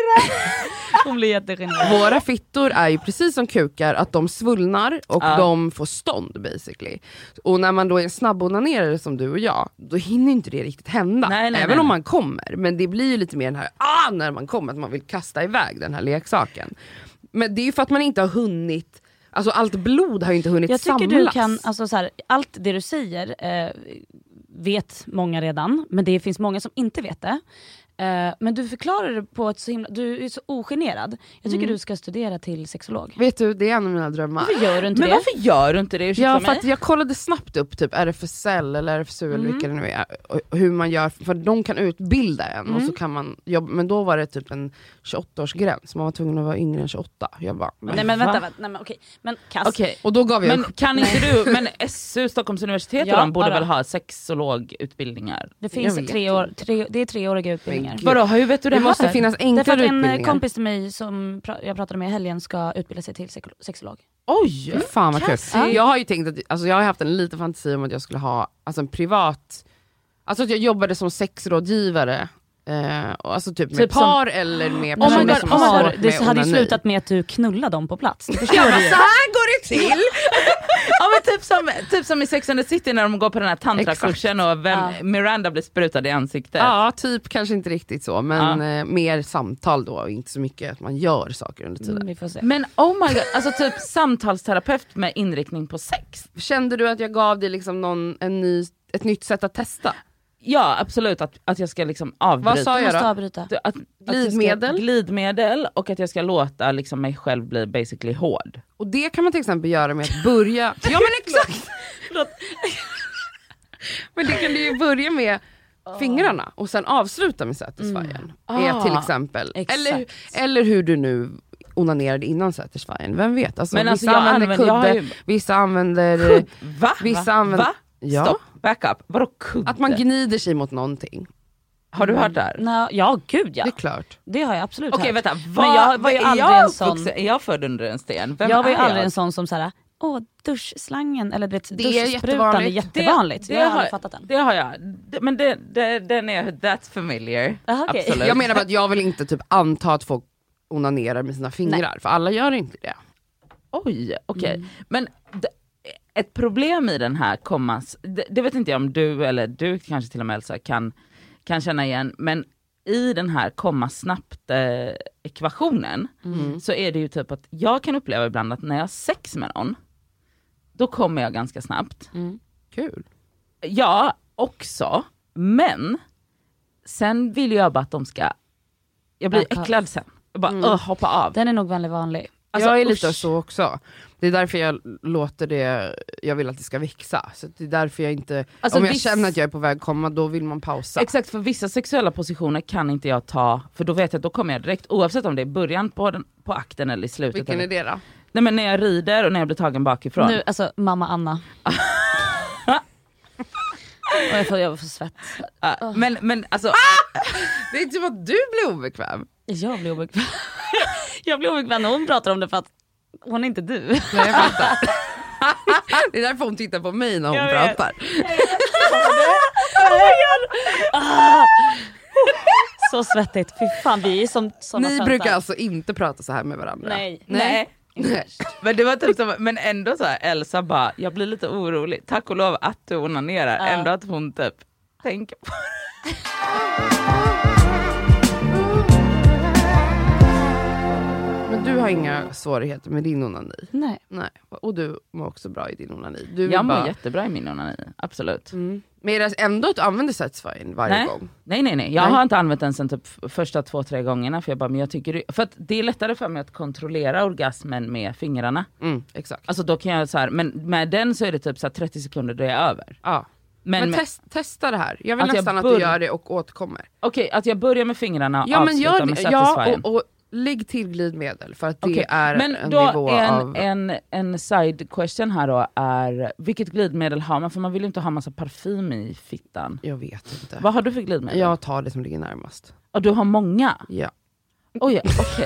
Hon blir jättegenerad. våra fittor är ju precis som kukar, att de svullnar och Ja. de får stånd basically. Och när man då är en snabbonanerare som du och jag, då hinner inte det riktigt hända. Nej, nej, Även nej. om man kommer. Men det blir ju lite mer den här, ah, när man kommer, att man vill kasta iväg den här leksaken. Men det är ju för att man inte har hunnit, alltså allt blod har ju inte hunnit Jag tycker samlas. du kan, alltså så här, allt det du säger eh, vet många redan, men det finns många som inte vet det. Eh, men du förklarar det på ett så himla, du är så ogenerad. Jag tycker Mm. du ska studera till sexolog. Vet du, det är en av mina drömmar. Varför gör du inte Men det? varför gör du inte det? Ursäkta Ja, mig. för att jag kollade snabbt upp typ R F S L eller R F S U eller vilka det nu är, och hur man gör, för de kan utbilda en och så kan man jobba, men då var det typ en tjugoåtta-årsgräns, man var tvungen att vara yngre än tjugoåtta. Jag bara, men, Nej men vänta, Va? vänta nej, men, okej. Men Kass, Okej. och då gav jag Men kan inte du, men S U, Stockholms universitet, Ja, de borde ja då. väl ha sexologutbildningar? det finns Jag vet tre år, tre, det är treåriga utbildningar. gud. Vadå, hur vet du det, det måste här? finnas Därför att enklare en eh, utbildningar. kompis till mig som pra- jag pratade med i helgen ska utbilda sig till sex- sexolog. Oj! Fy fan vad kul. Cassie. Jag har ju tänkt att, alltså jag har haft en liten fantasi om att jag skulle ha alltså en privat, alltså att jag jobbade som sexrådgivare. Eh, och alltså typ med Typ som- par eller med Oh my personer God, som oh my har God, svårt Det med hade ju onani. slutat med att du knullade dem på plats. Det förstår Ja, du men ju. så här går det till! Ja, men typ, som, typ som i Sex and the City när de går på den här tantrakursen och vem, ja. Miranda blir sprutad i ansiktet. Ja, typ kanske inte riktigt så, men ja. eh, mer samtal då och inte så mycket att man gör saker under tiden. Mm, vi får se. Men oh my god, alltså typ samtalsterapeut med inriktning på sex. Kände du att jag gav dig liksom någon, en ny, ett nytt sätt att testa? Ja, absolut, att, att jag ska liksom avbryta. Vad sa jag då? Avbryta. Att, glidmedel? Att glidmedel och att jag ska låta liksom mig själv bli basically hård. Och det kan man till exempel göra med att börja... ja men exakt! Men det kan du ju börja med fingrarna och sen avsluta med satisfyern. Mm. Är till exempel. Eller, eller hur du nu onanerade innan satisfyern. Vem vet? Alltså, men vissa alltså, använder använder, kudde, ju... vissa använder... Kud? Va? Vissa Va? använder... Va? Ja. Stopp, back up. Vadå kudde? Att man gnider sig mot någonting. Har du hört det här? No, ja, gud ja. Det är klart. Det har jag absolut Okej, hört. vänta. Men jag var ju är, aldrig jag en sån... uppvuxen, är jag född under en sten? Vem jag var ju är aldrig jag? en sån som såhär, åh, duschslangen eller det, Det är duschsprutan är jättevanligt. jättevanligt. Det, jag det, har har, aldrig fattat den. det har jag. Det, men det, det, den är, that's familiar. Aha, okay. Absolut. Jag menar bara att jag vill inte typ anta att folk onanerar med sina fingrar. Nej. För alla gör inte det. Oj, okej. Okay. Mm. Men d- ett problem i den här kommas, det, det vet inte jag om du eller du kanske till och med Elsa kan, kan känna igen, men i den här komma snabbt eh, ekvationen mm. så är det ju typ att jag kan uppleva ibland att när jag har sex med någon, då kommer jag ganska snabbt. Mm. Kul. Ja, också. Men sen vill jag bara att de ska, jag blir Backa. äcklad sen. Jag bara Mm. uh, hoppa av. Den är nog väldigt vanlig. Alltså, jag är usch. lite så också. Det är därför jag låter det, jag vill att det ska växa. Så det är därför jag inte, Alltså, om jag viss... känner att jag är på väg att komma, då vill man pausa. Exakt, för vissa sexuella positioner kan inte jag ta, för då vet jag att då kommer jag direkt, oavsett om det är början på, den, på akten eller i slutet. Vilken eller... är det då? Nej, men när jag rider och när jag blir tagen bakifrån. Nu, alltså mamma Anna. Och jag får, jag får svett. Uh, men, men alltså... Det är inte som att du blir obekväm. Jag blir obekväm. Jag blir obekväm när hon pratar om det för att hon är inte du. Nej, jag fattar. Det är därför hon tittar på mig när hon Jag pratar. ah. Så svettigt. Fy fan, vi är som såna Ni töntar. brukar alltså inte prata så här med varandra? Nej. Nej. Nej. Men det var typ som, men ändå så här, Elsa bara, jag blir lite orolig. Tack och lov att du onanerar. Ja. Ändå att hon typ tänker på Men du har inga svårigheter med din onani? Nej. Nej. Och du mår också bra i din onani? Du Jag mår bara... jättebra i min onani, absolut. Mm. Men är det ändå att du använder satisfying varje Nej. gång? Nej, nej, nej. Jag Nej. har inte använt den sen typ första två, tre gångerna. För jag bara, men jag tycker det, för att det är lättare för mig att kontrollera orgasmen med fingrarna. Mm, exakt. Alltså då kan jag så här, men med den så är det typ så här trettio sekunder då är jag över. Ja. Men, Men med, test, testa det här. Jag vill Att jag nästan att bör- du gör det och återkommer. okej, att jag börjar med fingrarna och Ja men avslutar gör med det. satisfying. Ja, och, och lägg till glidmedel för att det Okej, är men en då nivå en, av... en, en side question här då är, vilket glidmedel har man? För man vill ju inte ha massa parfym i fittan. Jag vet inte. Vad har du för glidmedel? Jag tar det som ligger närmast. Och du har många? Ja. Oj, okej.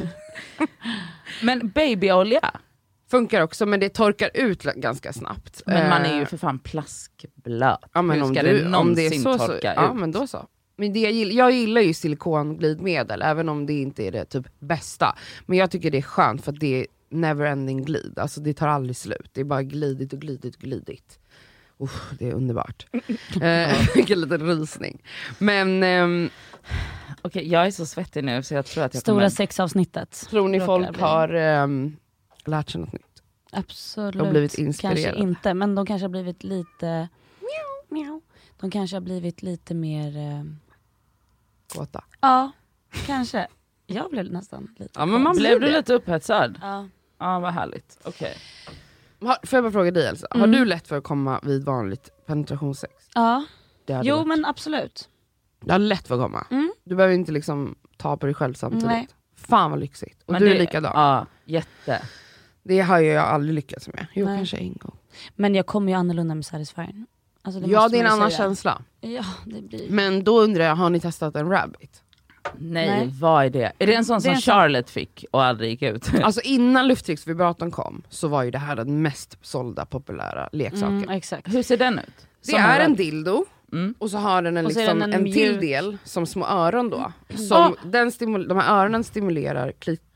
Men babyolja? Funkar också, men det torkar ut ganska snabbt. Men man är ju Eh, för fan plaskblöt. ja, men Hur om ska du, det om någonsin det är så, så torka ja, ut? men då så. Men det jag, gillar, jag gillar ju silikonglidmedel, även om det inte är det typ bästa. Men jag tycker det är skönt för att det är never ending glid. Alltså det tar aldrig slut. Det är bara glidigt och glidigt och glidigt. Uh, det är underbart. eh, vilken liten rysning. Men ehm, Okej, jag är så svettig nu så jag tror att jag Stora kommer... sexavsnittet. tror ni Råkar folk bli. har ehm, lärt sig något nytt? Absolut. Och blivit inspirerade. Kanske inte, men de kanske har blivit lite... Miau. De kanske har blivit lite mer... Eh... Gåta. Ja, kanske. Jag blev nästan lite... Ja, men man konstig. Blev blir du det. lite upphetsad? Ja. Ja, vad härligt. Okej. Har, får jag bara fråga dig Elsa, Mm. har du lätt för att komma vid vanligt penetrationssex? Ja. Det har Jo, du varit. men absolut. Jag har lätt för att komma. Mm. Du behöver inte liksom ta på dig själv samtidigt. Nej. Fan vad lyxigt. Och Men du det- är likadan. Ja, jätte. Det har ju jag aldrig lyckats med. Jo, Nej. kanske en gång. Men jag kommer ju annorlunda med Satisfying. Alltså, Ja, måste det är en man ju annan säga. känsla. Ja, det blir... Men då undrar jag, har ni testat en rabbit? Nej, Nej. vad är det? Är det en sån Det är som en sån- Charlotte fick och aldrig gick ut? Alltså innan lufttrycksvibratorn kom så var ju det här den mest sålda populära leksaken. Mm, exakt. Hur ser den ut? Det Som är en rabbit. dildo. Mm. Och så har den en, Och så är liksom, den en, en till mjuk- del som små öron då. Som Ah! den stimul- de här öronen stimulerar klit-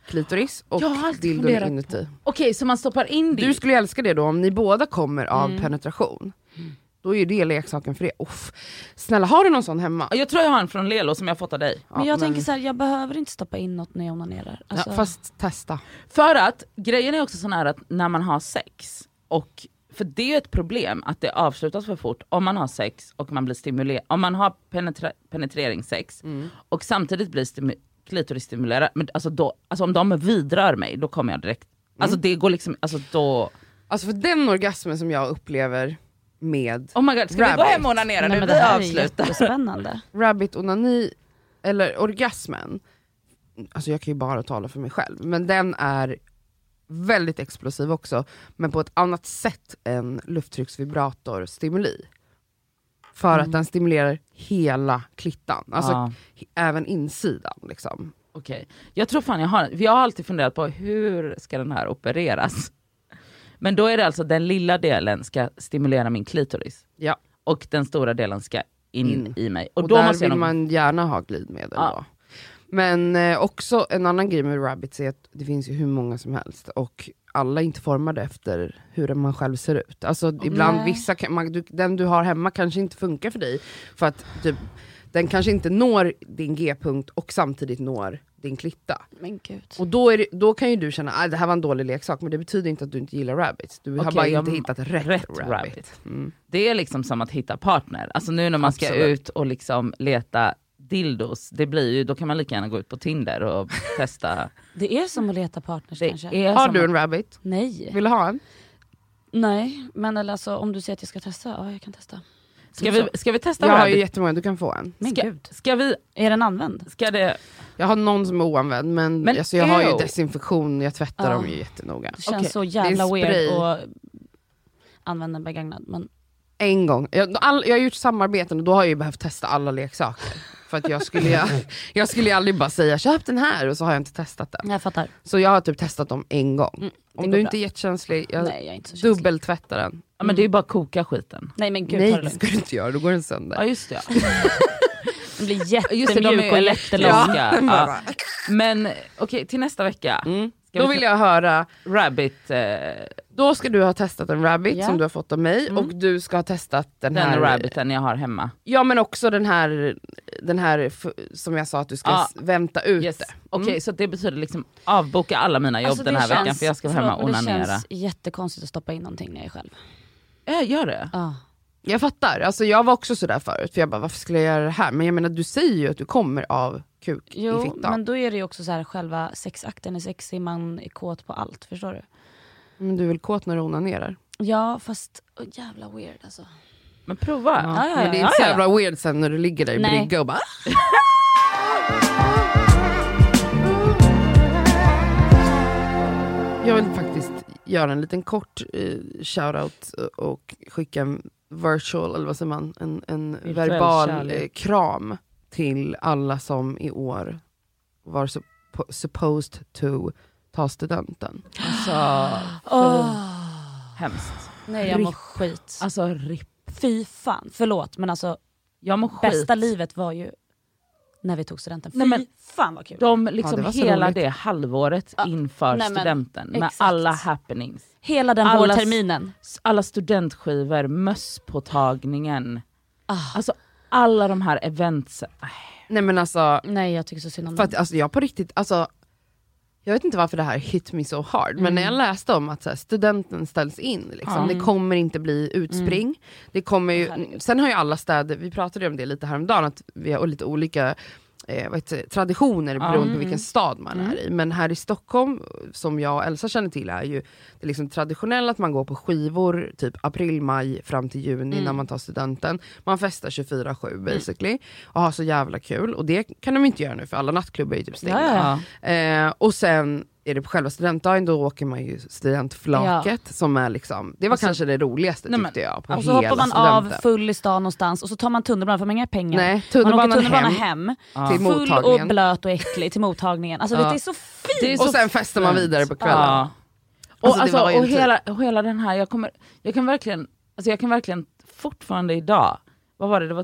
klitoris och Jag har alltid dildon funderat inuti. Okej, så man stoppar in det. Du skulle älska det då om ni båda kommer av Mm. penetration. Då är ju det leksaken för det. Uff. Snälla, har du någon sån hemma? Jag tror jag har en från Lelo som jag fått av dig. Men jag Ja, tänker så här, jag behöver inte stoppa in något när jag onanerar. Alltså, Ja, fast testa. För att grejen är också sån här att när man har sex, och för det är ju ett problem att det avslutas för fort om man har sex och man blir stimulerad, om man har penetra- penetreringssex Mm. och samtidigt blir stimu- klitorisstimulerad, men alltså, då, alltså om de vidrör mig då kommer jag direkt, alltså det går liksom, alltså då, Alltså för den orgasmen som jag upplever med oh my god, ska vi gå Rabbit. hem och onanera nej, nu? men Vi det här är avslutar. jättespännande. rabbit onani eller orgasmen, alltså jag kan ju bara tala för mig själv, men den är väldigt explosiv också, men på ett annat sätt än lufttrycksvibrator stimuli. För Mm. att den stimulerar hela klittan, alltså Ja. h- även insidan liksom. Okej, jag tror fan jag har, jag har alltid funderat på hur ska den här opereras? Men då är det alltså den lilla delen ska stimulera min klitoris. Ja. Och den stora delen ska in, In. i mig. Och, Och, då där måste vill jag nog, man gärna ha glidmedel Ja. då. Men eh, också en annan grej med rabbits är att det finns ju hur många som helst och alla är inte formade efter hur man själv ser ut. Alltså ibland Nej. vissa, kan, man, du, den du har hemma kanske inte funkar för dig för att typ, den kanske inte når din G-punkt och samtidigt når din klitta. Men gud. Och då, är det, då kan ju du känna att det här var en dålig leksak, men det betyder inte att du inte gillar rabbits. Du har Okej, bara jag- inte hittat rätt, rätt rabbit. rabbit. Mm. det är liksom som att hitta partner. Alltså nu när man ska Absolut. ut och liksom leta dildos, det blir ju, då kan man lika gärna gå ut på Tinder och testa. Det är som att leta partners Det kanske. är Har som du att- en rabbit? Nej. Vill du ha en? Nej, men eller alltså, om du säger att jag ska testa, ja jag kan testa. Ska vi, ska vi testa Jag har ju rabbit? jättemånga, du kan få en. Men Ska, gud. ska vi, Är den använd? ska det, Jag har någon som är oanvänd, men, Men alltså, jag har ju ew. desinfektion, jag tvättar Ja. dem ju jättenoga. Det känns Okej. så Det jävla är spray. weird att använda en begagnad. Men En gång. Jag, all, jag har gjort samarbeten och då har jag ju behövt testa alla leksaker. För att jag skulle ju jag skulle ju aldrig bara säga köp den här och så har jag inte testat den. jag fattar. Så jag har typ testat dem en gång. Mm, det Om går du inte bra. är jättekänslig, jag Nej, jag är inte så känslig. dubbeltvättar den. ja men det är ju bara att koka skiten. Nej men gud, ta Nej det det lugnt. ska du inte göra, då går den sönder. Ja just det. Den blir Just det, de är jättemjuk ju och elektriska. jättelång. Ja. Men okej, till nästa vecka. Mm. Ska Då vi vill ta- jag höra, Rabbit, eh, då ska du ha testat en rabbit Ja. som du har fått av mig Mm. och du ska ha testat den, den här rabbiten jag har hemma. Ja men också den här, den här f- som jag sa att du ska Ja. s- vänta ut Yes. det. Okej, Mm. så det betyder liksom avboka alla mina jobb Alltså, den det här veckan känns- för jag ska vara hemma och förlåt, men onanera. Det känns jättekonstigt att stoppa in någonting när jag är själv. Äh, gör det? Ja. Jag fattar, alltså jag var också sådär förut för jag bara varför skulle jag göra det här? Men jag menar du säger ju att du kommer av kuk i Jo, fittan. men då är det ju också så här, själva sexakten är sexig, man är kåt på allt, förstår du? Men du är väl kåt när du onanerar? Ja, fast oh, jävla weird alltså. Men prova. Ja, ja, Men det är ja, inte så ja. jävla weird sen när du ligger där i Nej. brygga och bara Jag vill faktiskt göra en liten kort eh, shoutout och skicka en virtual, eller vad säger man, en, en Virtuell verbal kärlek. eh, kram till alla som i år var suppo- supposed to ta studenten. Alltså, Åh. hemskt. Nej, jag mår Rip. skit. Alltså ripp. Fy fan, förlåt men alltså Jag mår skit. bästa livet var ju när vi tog studenten. Fy Nej, men- fan vad kul. De Ja, liksom det var så hela roligt. det halvåret Ja, inför nej, men, studenten med exakt. alla happenings. Hela den Allas- vårterminen. Alla studentskivor, mösspåtagningen. Ah. Alltså alla de här events. Nej men alltså, Nej jag tycker så synd om för att dem. alltså, jag på riktigt, alltså jag vet inte varför det här hit me so hard, men när jag läste om att så här, studenten ställs in, liksom, Mm. det kommer inte bli utspring. Det kommer ju, Herregud. sen har ju alla städer, vi pratade om det lite häromdagen, att vi har lite olika eh, vad heter det, traditioner beroende på Mm. vilken stad man är i. Men här i Stockholm, som jag och Elsa känner till, är ju det är liksom traditionellt att man går på skivor typ april, maj fram till juni Mm. när man tar studenten. Man festar tjugofyra sju basically och har så jävla kul. Och det kan de inte göra nu för alla nattklubbar är ju typ stängda. Ja, ja. Eh, och sen är det på själva studentdagen, då åker man ju studentflaket som är liksom, det var så- kanske det roligaste Nej, men- tyckte jag på Och så hela hoppar man studenten. av full i stan någonstans och så tar man tunnelbanan för man har inga pengar. Nej, Man åker tunnelbanan tunnelbana hem, hem, Ja. till full och mottagningen. blöt och äcklig till mottagningen. Alltså Ja. vet, det är så fint! Det är Och så sen festar man fint. vidare på kvällen. Ja. Och, Alltså, det alltså, var ju och, en tid. hela, och hela den här, jag, kommer, jag kan verkligen, alltså jag kan verkligen fortfarande idag, vad var det, det var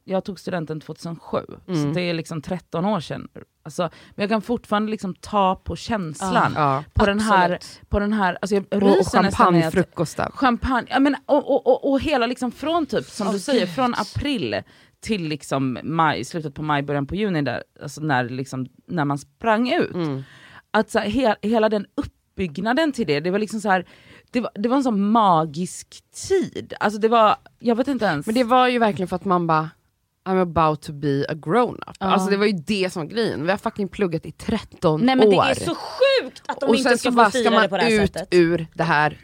jag tog studenten tjugohundrasju, Mm. så det är liksom tretton år sedan. Alltså, men jag kan fortfarande liksom ta på känslan. Ja. På, den här, Absolut. på den här, alltså jag Och, och ryser nästan i att- champagnefrukosten. Champagne, ja, men, och, och, och, och hela liksom från typ, som Åh, du säger, Gud. från april till liksom maj, slutet på maj, början på juni, där, alltså när, liksom, när man sprang ut. Mm. Att så här, he, hela den uppbyggnaden till det, det var liksom så här, det var, det var en sån magisk tid. Alltså det var, jag vet inte ens. Men det var ju verkligen för att man bara I'm about to be a grown-up. Ja. Alltså det var ju det som var grejen. Vi har fucking pluggat i tretton Nej men det år. är så sjukt att de och inte sen ska så få bara ska fira det man på det här ut sättet. ur det här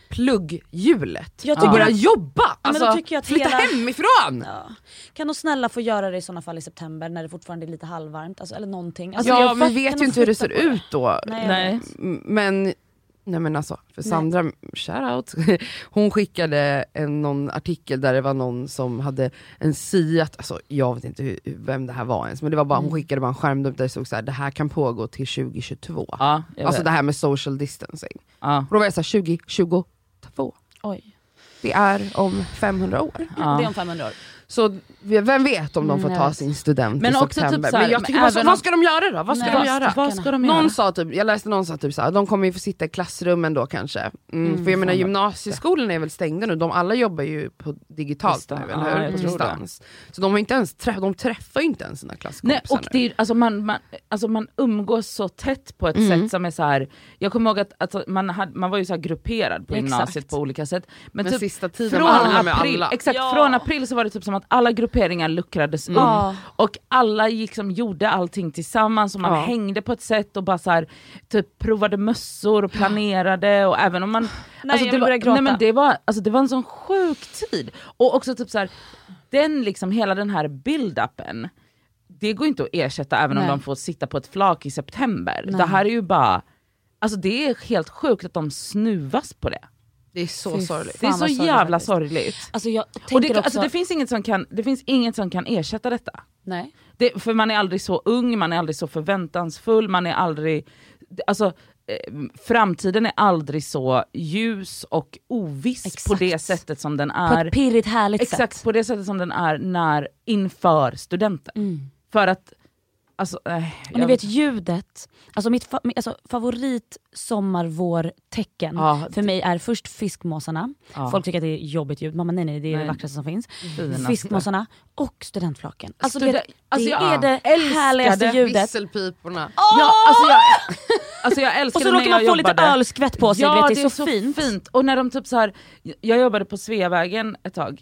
plugghjulet. Jag Och tycker börja att- jobba! men då Alltså, tycker jag att flytta hela- hemifrån! Ja. Kan de snälla få göra det i såna fall i september när det fortfarande är lite halvvarmt, alltså, eller någonting. Alltså, ja, jag vi fattar- vet kan ju de inte hur det flytta ser på ut då. Nej, jag Nej. vet. M- Men, nej men alltså, för Nej. Sandra, shoutout, hon skickade en, någon artikel där det var någon som hade en siat, alltså jag vet inte hur, vem det här var ens, men det var bara, Mm. hon skickade bara en skärmdump där det stod så här: det här kan pågå till tjugo tjugotvå. Ja, jag Alltså vet. det här med social distancing. Ja. Och då var jag såhär, tjugo tjugotvå, Oj. det är om femhundra år. Ja. Det är om femhundra år. Så vem vet om de får Mm, ta jag sin student Men i också typ september. så här, men jag men tycker, vad, även vad om- ska de göra då? Vad ska Nej, de göra? Vad ska de göra? Någon sa typ, jag läste någon sa typ såhär, de kommer ju få sitta i klassrummen då kanske. Mm, Mm, för jag menar fan vad- gymnasieskolan är väl stängda nu, de alla jobbar ju på digitalt Distans. nu, Ja, eller hur? jag På tror det. distans. Så de har inte ens träff, de träffar ju inte ens sina Nej, klasskompisar och det är, ju- alltså man, man, alltså man umgås så tätt på ett Mm. sätt som är så här. Jag kommer ihåg att alltså man, hade, man var ju så här grupperad på Exakt. gymnasiet på olika sätt. Men, Men typ sista tiden från var alla med april, alla. exakt, Ja. från april så var det typ som att alla grupperingar luckrades upp. Ja. Och alla liksom gjorde allting tillsammans och man Ja. hängde på ett sätt och bara så här, typ provade mössor och planerade. Och även om man... Nej, alltså jag det, vill var, börja gråta. nej men det, var, alltså det var en sån sjuk tid. Och också typ så här, den liksom, hela den här build-upen, det går inte att ersätta även Nej. om de får sitta på ett flak i september. Nej. Det här är ju bara... Alltså det är helt sjukt att de snuvas på det. Det är så Fy sorgligt. Det är Fan, så vad sorgligt jävla faktiskt. sorgligt. Alltså jag tänker Och det, också... alltså det, finns inget som kan, det finns inget som kan ersätta detta. Nej. Det, för man är aldrig så ung, man är aldrig så förväntansfull, man är aldrig... Alltså, eh, framtiden är aldrig så ljus och oviss Exakt. på det sättet som den På är. ett pirrigt härligt Exakt, sätt. på det sättet som den är när, inför studenten. Mm. För att, alltså... Eh, Och ni jag- vet ljudet, alltså mitt fa- alltså favorit sommar-vår-tecken Ja, för mig är först fiskmåsarna. ja, Folk tycker att det är jobbigt ljud, mamma nej nej det är Nej. det vackraste som finns. finaste. Fiskmåsarna och studentflaken. Alltså, Stude- det, alltså, det jag är det älskade härligaste ljudet. Visselpiporna. Ja, alltså jag, alltså jag älskar Och så när råkar jag man få lite jobbade. ölskvätt på sig, Ja, du vet, det är så, fint. Och när de typ så här, jag jobbade på Sveavägen ett tag,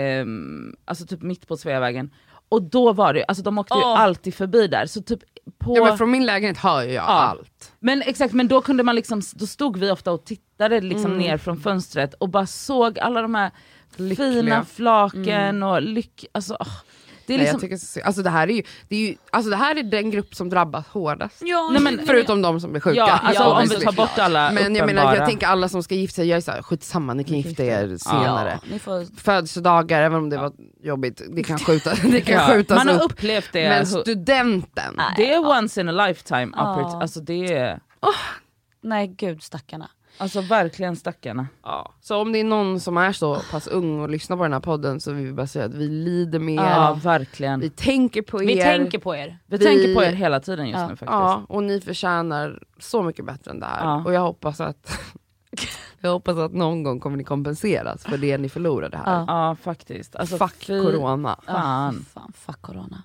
ehm, alltså typ mitt på Sveavägen. Och då var det, alltså de åkte ju Åh. alltid förbi där. Så typ på, Ja, men från min lägenhet hör ju jag allt. Men exakt, men då kunde man liksom, då stod vi ofta och tittade liksom Mm. ner från fönstret och bara såg alla de här Lyckliga. fina flaken och lyck, alltså åh, det är Nej, liksom, jag tycker, så- alltså, det här är ju, det är ju, alltså det här är den grupp som drabbas hårdast. Ja, Nej, men- Förutom de som blir sjuka. ja, alltså Ja, om vi obviously. tar bort alla Men jag menar, uppenbara- jag tänker alla som ska gifta sig, jag är såhär, skitsamma, ni kan gifta er senare. Ja, ni får... Födelsedagar, även om det var jobbigt, det kan, skjuta, det kan Ja, skjutas man har upp. upplevt det. Men studenten, Nej. Det är once in a lifetime Ja. opportunity. Alltså det är, Nej gud stackarna. alltså verkligen stackarna. ja. Så om det är någon som är så pass ung och lyssnar på den här podden så vill vi bara säga att vi lider med Ja, er, verkligen. vi Vi, tänker på er. Vi tänker på er. vi- tänker på er hela tiden just Ja. nu faktiskt. Ja, och ni förtjänar så mycket bättre än det här. Ja. Och jag hoppas att jag hoppas att någon gång kommer ni kompenseras för det ni förlorade här. Ja. Ja faktiskt. Alltså, Fuck fy corona. Fan. Ah, fan, fuck corona.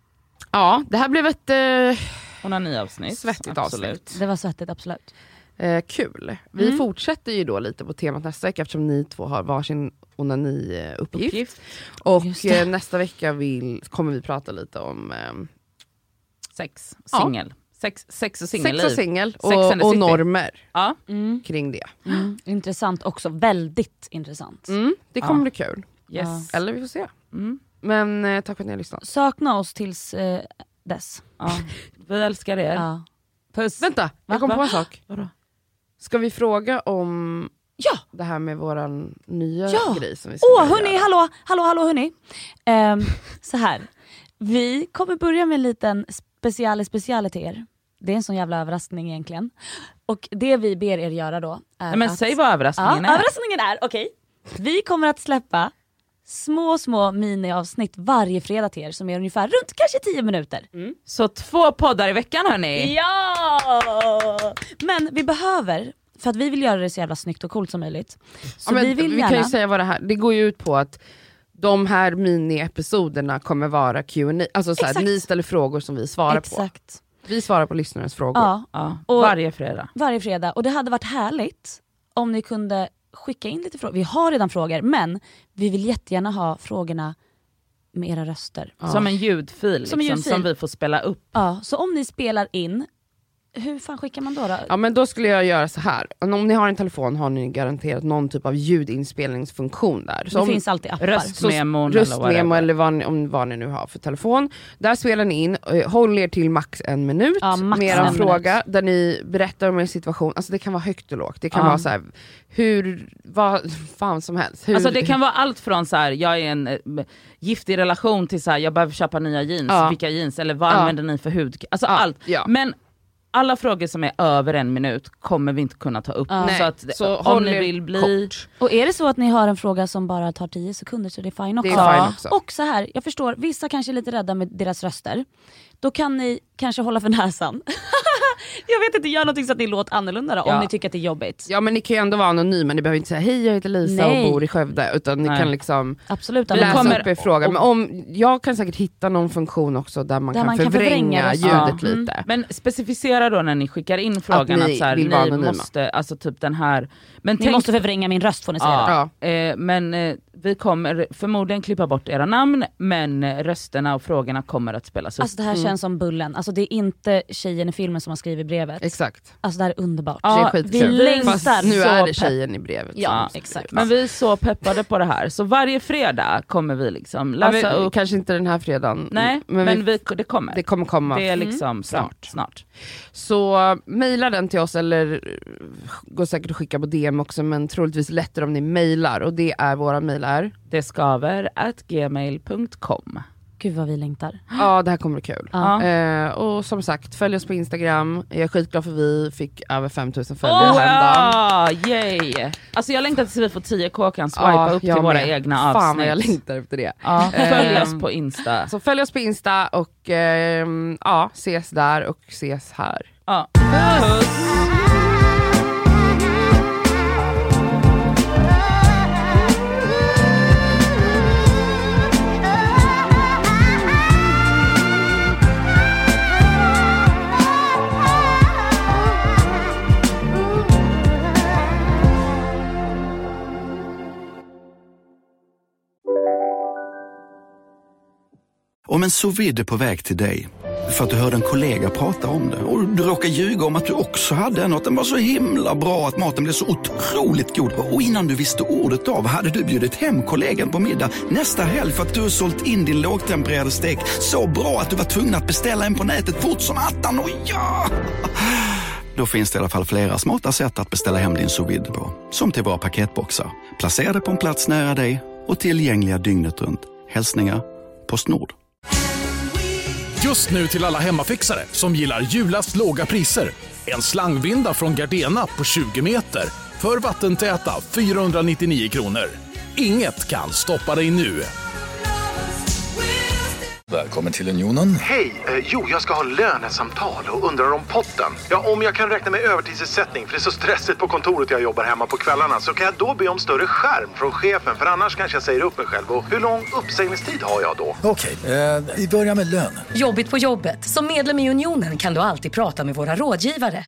Ja, det här blev ett eh, Onani-avsnitt. svettigt Absolut. avsnitt. Det var svettigt absolut. Eh, kul. Vi Mm. fortsätter ju då lite på temat nästa vecka eftersom ni två har varsin onani-uppgift. Uppgift. Och Just det. eh, nästa vecka vill, kommer vi prata lite om eh, Sex, Ja. singel. Sex, sex och sex singelliv. och singel Sex and och, the och City. normer Ja. Mm. kring det. Mm. Intressant också, väldigt intressant. Mm, det kommer Ja. bli kul. Yes. Eller vi får se. Mm. Men eh, tack för att ni har lyssnat. Sakna oss tills eh, dess. Ja. Vi älskar er. Ja. Puss. Vänta, Va? jag kom Va? på en sak. Vadå? Ska vi fråga om Ja! det här med våran nya Ja! grej som vi ska Åh börja hörni, göra? hallå, hallå, hallå hörni. Ehm, så här. Vi kommer börja med en liten speciale speciale till er. Det är en sån jävla överraskning egentligen. Och det vi ber er göra då är Nej, men att... säg vad Ja, överraskningen är. överraskningen är, okej. Vi kommer att släppa små små miniavsnitt varje fredag till er som är ungefär runt kanske tio minuter. Mm. Så två poddar i veckan hörni. Ja! Men vi behöver, för att vi vill göra det så jävla snyggt och coolt som möjligt. Så ja, men vi vill vi gärna... kan ju säga vad det här, det går ju ut på att de här mini-episoderna kommer vara Q and A. Alltså så här, ni ställer frågor som vi svarar Exakt. på. Vi svarar på lyssnarnas frågor. Ja. Ja, Och varje fredag. Varje fredag. Och det hade varit härligt om ni kunde skicka in lite frågor. Vi har redan frågor, men vi vill jättegärna ha frågorna med era röster. Ja. Som en ljudfil, liksom, som, en ljudfil. som vi får spela upp. Ja, så om ni spelar in, hur fan skickar man då, då? Ja, men då skulle jag göra så här. Om ni har en telefon har ni garanterat någon typ av ljudinspelningsfunktion där. Så det om, finns alltid appar. Röstmemon röstmemo eller vad ni, om vad ni nu har för telefon. Där spelar ni in, håll er till max en minut ja, max med en en fråga minut. Där ni berättar om er situation. Alltså det kan vara högt och lågt. Det kan ja. vara så här, hur, vad fan som helst. Hur, alltså det kan vara allt från så här, jag är en äh, giftig relation till så här, jag behöver köpa nya jeans, ja. vilka jeans, eller vad ja. använder ni för hud? Alltså ja. allt. Ja. Men alla frågor som är över en minut kommer vi inte kunna ta upp. Ja. Så, att, så om ni vill bli... kort. Och är det så att ni har en fråga som bara tar tio sekunder så det är fine också. Det är fine också. Och så här, jag förstår, vissa kanske är lite rädda med deras röster. Då kan ni kanske hålla för näsan. Jag vet inte, gör någonting så att ni låter annorlunda då, Ja. om ni tycker att det är jobbigt. Ja, men ni kan ju ändå vara anonyma. Ni behöver inte säga hej jag heter Lisa Nej. och bor i Skövde. Utan ni Nej. kan liksom Absolut. Vi läsa kommer- upp er fråga. Men om, jag kan säkert hitta någon funktion också där man Där kan man kan förvränga, förvränga ljudet rösten. lite. Men specificera då när ni skickar in frågan ni att, så här, vill vara ni anonyma. måste, alltså typ den här... Men Ni tänk, måste förvränga min röst får ni säga. ja, Ja. eh, men eh, vi kommer förmodligen klippa bort era namn, men eh, rösterna och frågorna kommer att spelas upp. Alltså det här känns som Bullen. Alltså det är inte tjejen i filmen som har skrivit brevet. Exakt. Alltså det här är underbart. Ja, Det är vi skitkul. längtar Fast nu så är det pepp. tjejen i brevet. Ja, som- exakt. Men vi är så peppade på det här, så varje fredag kommer vi liksom Ja, läsa men, upp. kanske inte den här fredagen. Nej, men, men, vi, vi, det kommer. det kommer komma. Det är liksom snart. Snart. snart. Så uh, mejla den till oss, eller uh, går säkert att skicka på D M också, men troligtvis lättare om ni mejlar. Och det är, våra mejl är... Det skaver at gmail punkt com. Gud vad vi längtar. Ja, det här kommer bli kul. Ja. Eh, och som sagt, följ oss på Instagram. Jag är skitglad för vi fick över fem tusen följare Åh, häromdagen. ja, yay! Alltså jag längtar tills vi får tio k kan swipa Ja, upp till jag våra med. egna Fan avsnitt. vad jag längtar efter det. Ja, följ oss Ehm, på Insta. Så följ oss på Insta och ehm, ja, ses där och ses här. Ja. Puss. Om en sous vide är på väg till dig för att du hörde en kollega prata om det och du råkar ljuga om att du också hade en och att den var så himla bra att maten blev så otroligt god. Och innan du visste ordet av hade du bjudit hem kollegan på middag nästa helg för att du har sålt in din lågtempererade stek så bra att du var tvungen att beställa en på nätet fort som attan. Och ja! Då finns det i alla fall flera smarta sätt att beställa hem din sous vide på. Som till våra paketboxar, placerade på en plats nära dig och tillgängliga dygnet runt. Hälsningar Postnord. Just nu till alla hemmafixare som gillar julast låga priser. En slangvinda från Gardena på tjugo meter för vattentäta fyrahundranittionio kronor. Inget kan stoppa dig nu. Välkommen till Unionen. Hej! Eh, jo, jag ska ha lönesamtal och undrar om potten. Ja, om jag kan räkna med övertidsersättning för det är så stressigt på kontoret jag jobbar hemma på kvällarna så kan jag då be om större skärm från chefen för annars kanske jag säger upp mig själv. Och hur lång uppsägningstid har jag då? Okej, eh, vi börjar med lön. Jobbigt på jobbet. Som medlem i Unionen kan du alltid prata med våra rådgivare.